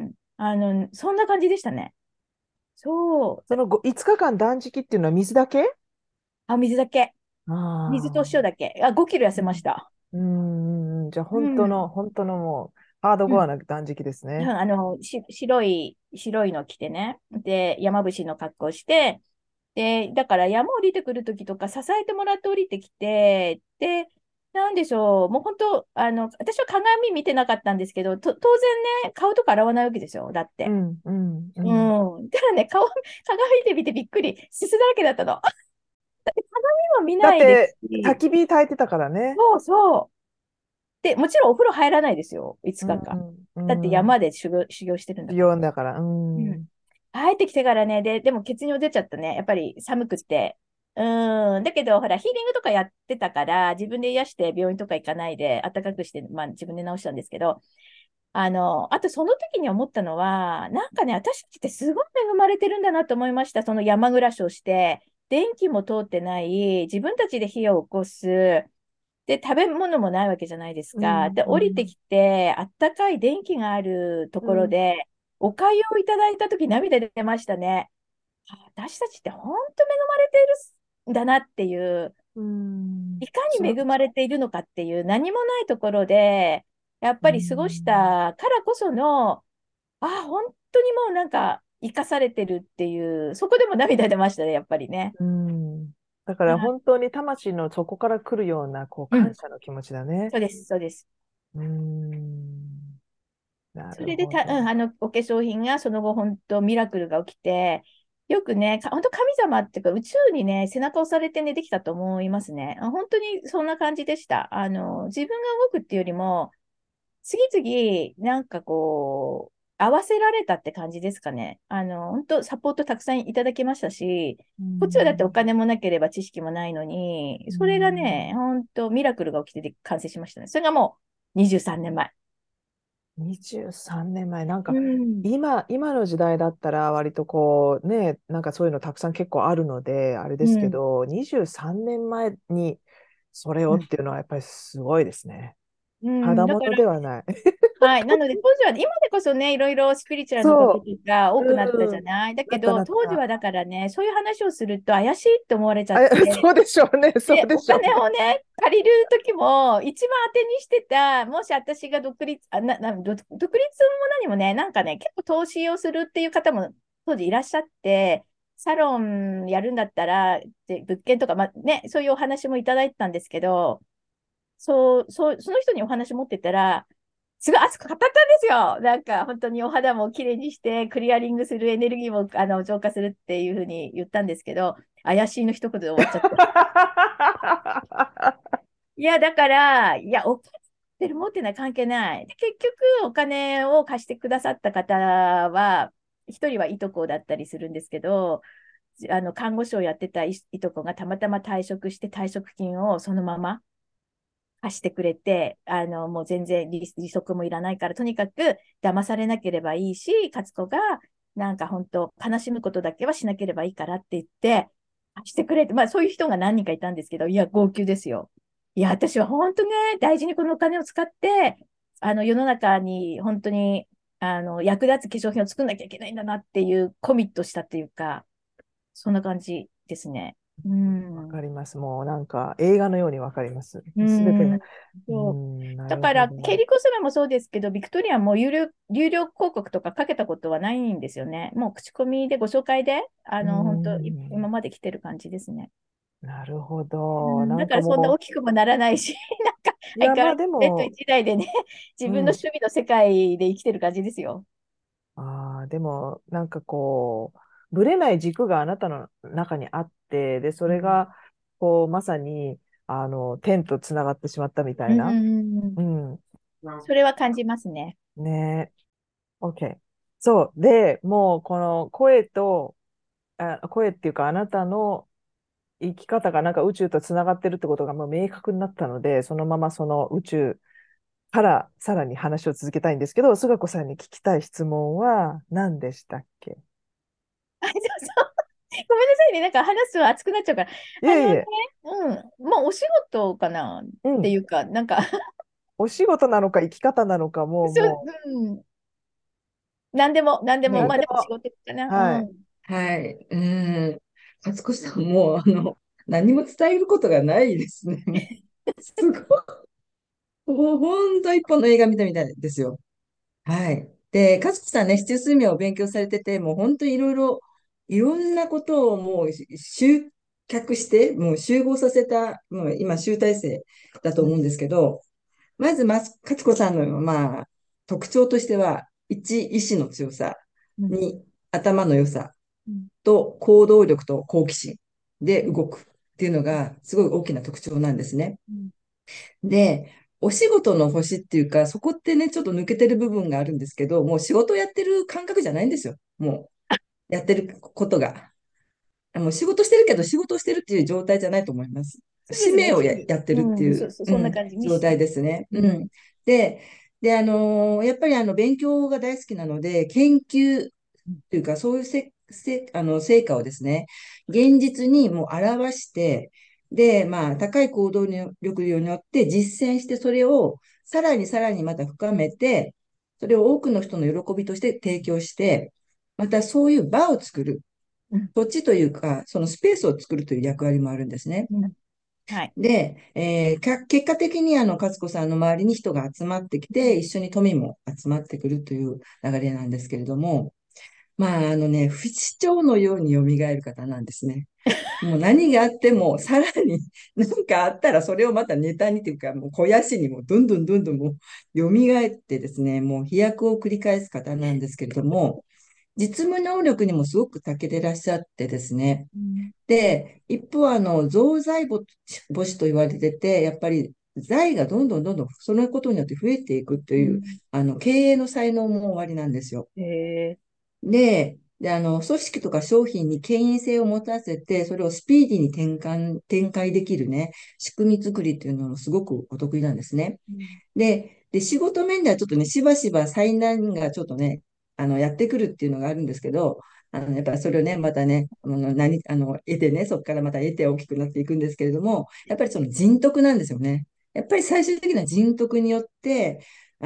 そんな感じでしたね。そう。
その5日間断食っていうのは水だけ？
あ、水だけ。水と
ああ
塩だけ。あ、5キロ痩
ー。
せました。
うん。うん。じゃあ、
うん。
本当のもう、ハード
うん。
コアな断食ですね。
白いの着てね。で、山伏の格好して、で、だから山降りてくるときとか支えてもらって降りてきて、で、なんでしょう、もう本当、私は鏡見てなかったんですけど、当然ね、顔とか洗わないわけですよ、だって。
うん。うん。う
う
ん。
ん。ただね、鏡で見てびっくり、すすだらけだったの。鏡も見ないです
だって、焚
し、
き火焚いてたからね。
そうそう。で、もちろんお風呂入らないですよ、5
う
日間。
ん。
だって
うん。
山で修行してるんだ
ビ
から。
ヨンだから。う
うん。
ん。
帰ってきてからね、でも血尿出ちゃったね。やっぱり寒くって。だけど、ほら、ヒーリングとかやってたから、自分で癒して病院とか行かないで、暖かくして、まあ自分で治したんですけど、あとその時に思ったのは、なんかね、私たちってすごい恵まれてるんだなと思いました。その山暮らしをして、電気も通ってない、自分たちで火を起こす、で、食べ物もないわけじゃないですか。
うん。
で、降りて
うん。
きて、あったかい電気があるところ
うん。
で、お粥をいただいた時涙出ましたね。私たちって本当恵まれているんだなっていう、
うん。
いかに恵まれているのかっていう、何もないところで、やっ
う
ぱり過ごし
ん。
たからこその、本当にもうなんか生かされてるっていう、そこでも涙出ましたね、やっぱりね。
うん。だから
はい。
本当に魂の底から来るような、こう、
うん、
感謝の気持ちだね。
そうです、そうです。
うん。なる
それで
ほど。
お化粧品がその後、本当ミラクルが起きて、よくね、本当神様っていうか、宇宙にね、背中を押されてね、できたと思いますね。本当にそんな感じでした。自分が動くっていうよりも、次々、なんかこう、合わせられたって感じですかね。本当サポートたくさんいただきましたし、
う
こっちはだってお
ん。
金もなければ知識もないのに、
う
それがね、
ん。
本当ミラクルが起きて完成しましたね。それがもう23年前。
23年前、なん
う
か、
ん。
今の時代だったら、割とこう、ね、なんかそういうのたくさん結構あるので、あれですけ
うん。
ど、23年前にそれを
うん。
っていうのはやっぱりすごいですね。
う
ただ
ん。だ
もの
から
ではない。
はい。なので、当時は、今でこそね、いろいろスピリチュアルなこと
そ
とか多くなった
う。うん。
じゃない。だ
なった
けど、
なった。
当時はだからね、そういう話をすると怪しいって思われちゃっ
あ、
て、
そうでしょうね。そう
で、
で
お金
しょうね。
をね、借りるときも、一番当てにしてた、もし私が独立、独立も何もね、なんかね、結構投資をするっていう方も当時いらっしゃって、サロンやるんだったら、物件とか、まあね、そういうお話もいただいてたんですけど、その人にお話持ってたら、すごい熱く語ったんですよ。なんか、本当にお肌もきれいにして、クリアリングするエネルギーも浄化するっていうふうに言ったんですけど、 怪しいの一言で終わっちゃった。いや、だから、いや、お金持ってる持ってない関係ない。で、結局、お金を貸してくださった方は、一人はいとこだったりするんですけど、看護師をやってたいとこがたまたま退職して退職金をそのまま貸してくれて、もう全然利息もいらないから、とにかく騙されなければいいし、勝子がなんか本当悲しむことだけはしなければいいからって言って、貸してくれて、まあそういう人が何人かいたんですけど、いや、号泣ですよ。いや、私は本当ね、大事にこのお金を使って、世の中に本当に、役立つ化粧品を作んなきゃいけないんだなっていうコミットしたっていうか、そんな感じですね。う
わ
ん。
かります。もうなんか映画のようにわかります。
う
すべてが。
ん。そう。
な
だから、
るほど。
ケリコスメもそうですけど、ビクトリアも有料広告とかかけたことはないんですよね。もう口コミでご紹介で、
う
本当
ん。
今まで来てる感じですね。
なるほ
う
ど。な
だ
ん
からそんな大
かも
きくもならないし、なんか
う、いや、まあ
相変わらずベッド
でも、
一台でね、自
うん。
分の趣味の世界で生きてる感じですよ。
でも、なんかこう、ぶれない軸があなたの中にあって、で、そ
うん。
れが、こう、まさに、天とつながってしまったみた
う
いな。
ん。
うん。
それは感じますね。
ね。OK。そう。で、もう、この声と、声っていうか、あなたの生き方がなんか宇宙とつながってるってことがもう明確になったので、そのままその宇宙からさらに話を続けたいんですけど、菅子さんに聞きたい質問は何でしたっけ？
あ、そうそう。ごめんなさいね。なんか話すと熱くなっちゃうから。ね、
いえいえ、
もうお仕事かなっ
うん。
ていうか、なんか
お仕事なのか生き方なのかもう、
そう、なんでも、
何で
まあでも仕
も。
事かな。
はい。
はい。勝子さんも、何も伝えることがないですね。もうすごい、もう本当一本の映画見たみたいですよ。はい。で、勝子さんね、市中数名を勉強されてて、もう本当にいろんなことをもう集客して、もう集合させた、もう今集大成だと
うん。
思うんですけど、勝子さんの、まあ、特徴としては、一、意志の強さ、
うん。
二、頭の良さ、
うん。
と行動力と好奇心で
うん。
動くっていうのがすごい大きな特徴なんですね。
うん。
で、お仕事の星っていうか、そこってね、ちょっと抜けてる部分があるんですけど、もう仕事をやってる感覚じゃないんですよ。もう、やってることが。もう仕事してるけど、仕事をしてるっていう状態じゃないと思います。
そうですね。
使命を
日々。
やってるっていう、
そんな感じに
状態ですね。
うん。
で、やっぱり勉強が大好きなので、研究というか、そういう成果をですね、現実にもう表して、で、まあ、高い行動力によって実践して、それをさらにまた深めて、それを多くの人の喜びとして提供して、またそういう場を作る。
うん。
土地というか、そのスペースを作るという役割もあるんですね。
うん。はい。
で、結果的に勝子さんの周りに人が集まってきて、一緒に富も集まってくるという流れなんですけれども、まあ、不死鳥のように蘇る方なんですね。もう何があっても、さらに何かあったら、それをまたネタにというか、もう肥やしにもどんどんもう蘇ってですね、もう飛躍を繰り返す方なんですけれども、実務能力にもすごく長けてらっしゃってですね。
うん。
で、一方、増財母子と言われてて、やっぱり財がどんどんそのことによって増えていくという、
うん。
経営の才能もおありなんですよ。
へえ。
で、組織とか商品に権威性を持たせて、それをスピーディーに展開できるね、仕組み作りっていうのもすごくお得意なんですね。
うん。
で、仕事面ではちょっとね、しばしば災難がちょっとね、やってくるっていうのがあるんですけど、やっぱりそれをね、またね、得てね、そこからまた得て大きくなっていくんですけれども、やっぱりその人徳なんですよね。やっぱり最終的な人徳によって、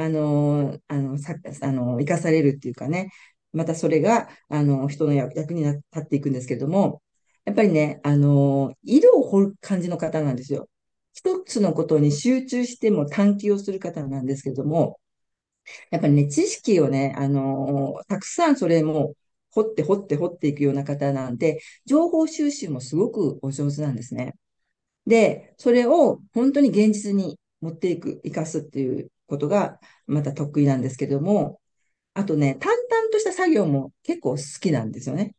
生かされるっていうかね、またそれが、人の役に立っていくんですけれども、やっぱりね、井戸を掘る感じの方なんですよ。一つのことに集中しても探求をする方なんですけれども、やっぱりね、知識をね、たくさんそれも掘っていくような方なんで、情報収集もすごくお上手なんですね。で、それを本当に現実に持っていく、生かすっていうことがまた得意なんですけれども、あとね、淡々とした作業も結構好きなんですよね。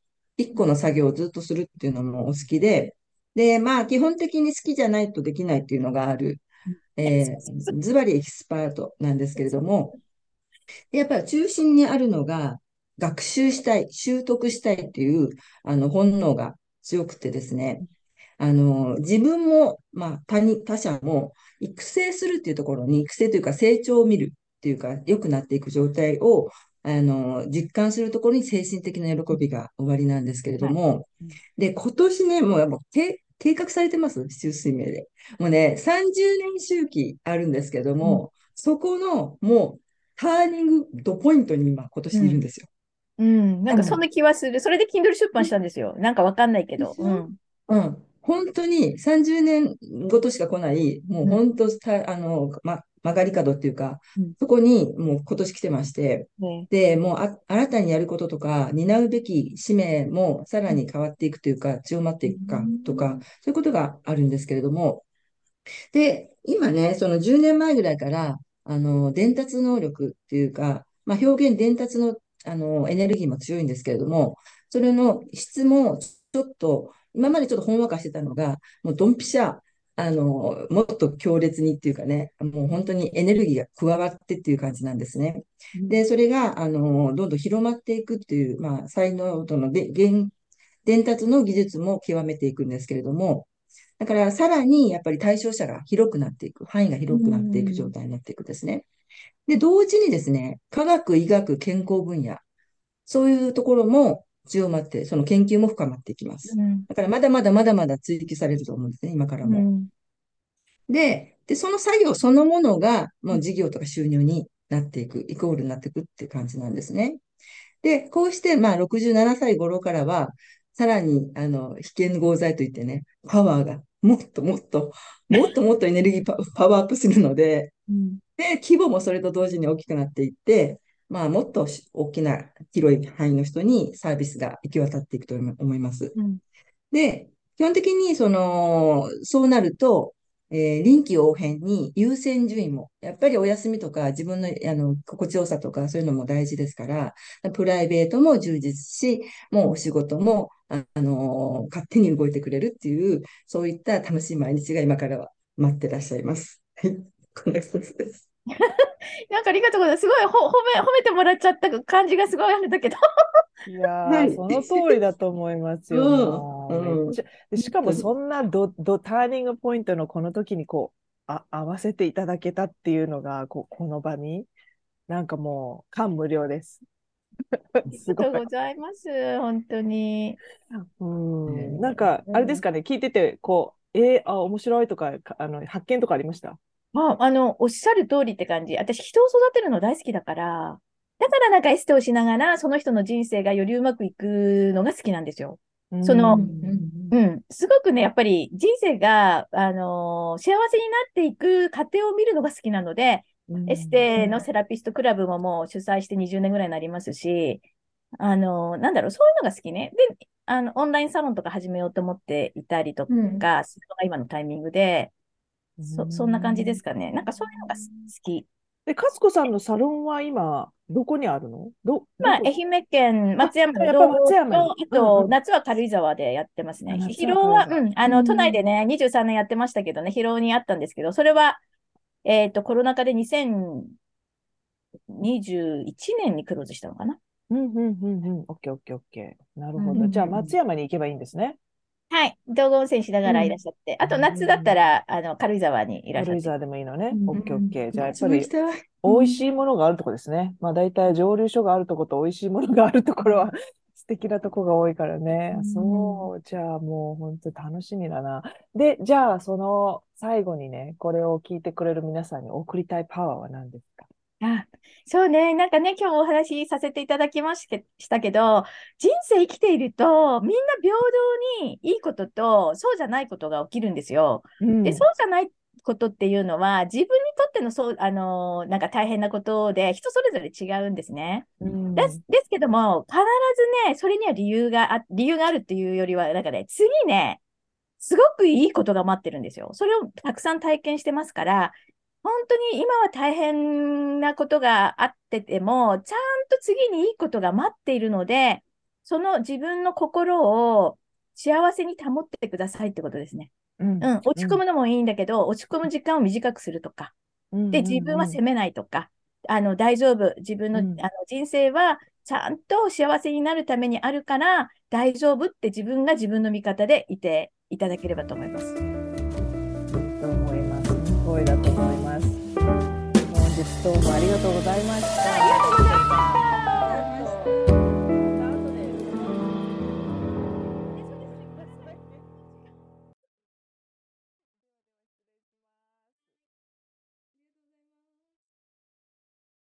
一個の作業をずっとするっていうのもお好きで、で、まあ、基本的に好きじゃないとできないっていうのがある、ズバリエキスパートなんですけれども、やっぱり中心にあるのが、学習したい、習得したいっていう、本能が強くてですね、自分も、まあ、他者も、育成するっていうところに、育成というか成長を見るっていうか、良くなっていく状態を、実感するところに精神的な喜びが終わりなんですけれど
はい。
も、で、今年ね、もう計画されてます周水明で。もうね、30年周期あるんですけど
うん。
も、そこの、もう、ターニングドポイントに今年
うん。
いるんですよ。
うん。なん
あの、
かそんな気はする。それで Kindle 出版したんですよ。なんかわかんないけど。
でしょ？
うん。
うん。本当に30年ごとしか来ない、もう
うん。
本当曲がり角っていうか、
うん。
そこにもう今年来てまして、
ね。
で、もう新たにやることとか、担うべき使命もさらに変わっていくというか、強まって
う
いくかとか、
ん。
そういうことがあるんですけれども、で、今ね、その10年前ぐらいから、伝達能力っていうか、まあ、表現伝達の、エネルギーも強いんですけれども、それの質もちょっと、今までちょっとほんわかしてたのが、もうドンピシャ、もっと強烈にっていうかね、もう本当にエネルギーが加わってっていう感じなんですね。
うん。
で、それが、どんどん広まっていくっていう、まあ、才能との伝達の技術も極めていくんですけれども、だから、さらに、やっぱり対象者が広くなっていく、範囲が
う
広くなっていく状
ん。
態になっていくですね。で、同時にですね、科学、医学、健康分野、そういうところも強まって、その研究も深まっていきます。
うん。
だから、まだまだ追求されると思うんですね、今からも。
うん。
で、その作業そのものが、もう事業とか収入になっていく、イコールになっていくっていう感じなんですね。で、こうして、まあ、67歳頃からは、さらに、被験合剤といってね、パワーがもっとエネルギーパワーアップするので、
うん。
で、規模もそれと同時に大きくなっていって、まあ、もっと大きな、広い範囲の人にサービスが行き渡っていくと思います。
うん。
で、基本的に、そうなると、臨機応変に優先順位も、やっぱりお休みとか自分の、心地よさとかそういうのも大事ですから、プライベートも充実し、もうお仕事も、勝手に動いてくれるっていう、そういった楽しい毎日が今からは待ってらっしゃいます。はい。こんな一つです。
なんかありがとうございます。すごい褒めてもらっちゃった感じがすごいあるんだけど。
いやー、
はい。
その通りだと思いますよ。
うん、
もう、めっ
うん。
ちゃ。でし
本当に。
かもそんなターニングポイントのこの時に合わせていただけたっていうのが、この場に、なんかもう、感無量です。
あり
すごい。
がとうございます。本当に。
なんか、あれですかね、聞いてて、面白いとか、発見とかありました？
まあ、おっしゃる通りって感じ。私、人を育てるの大好きだから、だからなんかエステをしながら、その人の人生がよりうまくいくのが好きなんですよ。
う
その、
うん、う
ん。
ん、
うん、すごくね、やっぱり人生が、幸せになっていく過程を見るのが好きなので、
う
エス
ん。
テのセラピストクラブももう主催して20年ぐらいになりますし、なんだろう、そういうのが好きね。で、オンラインサロンとか始めようと思っていたりと
うん。
か、するのが今のタイミングで、
う
そんな感じで
ん。
すかね。なんかそういうのが好き。
で、勝子さんのサロンは今、どこにあるの？ど
まあ、
こ？
愛媛県
あ、
松山の道
やっぱ松山に。
と、あと、
うんうん。
夏は軽井沢でやってますね。
夏は
広尾は、
軽井沢。う
都内で
ん。
ね、23年やってましたけどね、広尾にあったんですけど、それは、コロナ禍で2021年にクローズしたのかな。
うんうんうんうん。オッケーオッケーオッケー。なる
うん。
ほど。じゃあ、
うん、
松山に行けばいいんですね。
はい。道後温泉しながらいらっ
うん、
しゃって、あと夏だった
うん。
ら、軽井沢にいらっしゃって。
軽井沢でもいいのね。
うん。
オッケーオッ
うん。
ケー。じゃあ、やっ
夏
ぱり、
も行きたい。う
美味し
ん。
いものがあるとこですね。まあ、大体、蒸留所があるとこと美味しいものがあるところは素敵なとこが多いから
う
ね。
ん。
そう。じゃあ、もう本当楽しみだな。で、じゃあ、その最後にね、これを聞いてくれる皆さんに送りたいパワーは何ですか？
あ、そうね。なんかね、今日もお話しさせていただきしたけど、人生生きていると、みんな平等にいいことと、そうじゃないことが起きるんですよ。で、そ
うん。
うじゃないことっていうのは、自分にとっての、そう、なんか大変なことで、人それぞれ違うんですね。
うん。
ですけども、必ずね、それには理由があるっていうよりは、なんかね、次ね、すごくいいことが待ってるんですよ。それをたくさん体験してますから、本当に今は大変なことがあってても、ちゃんと次にいいことが待っているので、 その自分の心を幸せに保ってくださいってことですね。落ち込むのもいいんだけど、落ち込む時間を短くするとか。で、自分は責めないとか。大丈夫。自分の、人生はちゃんと幸せになるためにあるから、大丈夫って自分が自分の味方でいていただければと思います。
と思います。すごいだと思います。本日どうもありがとうございました。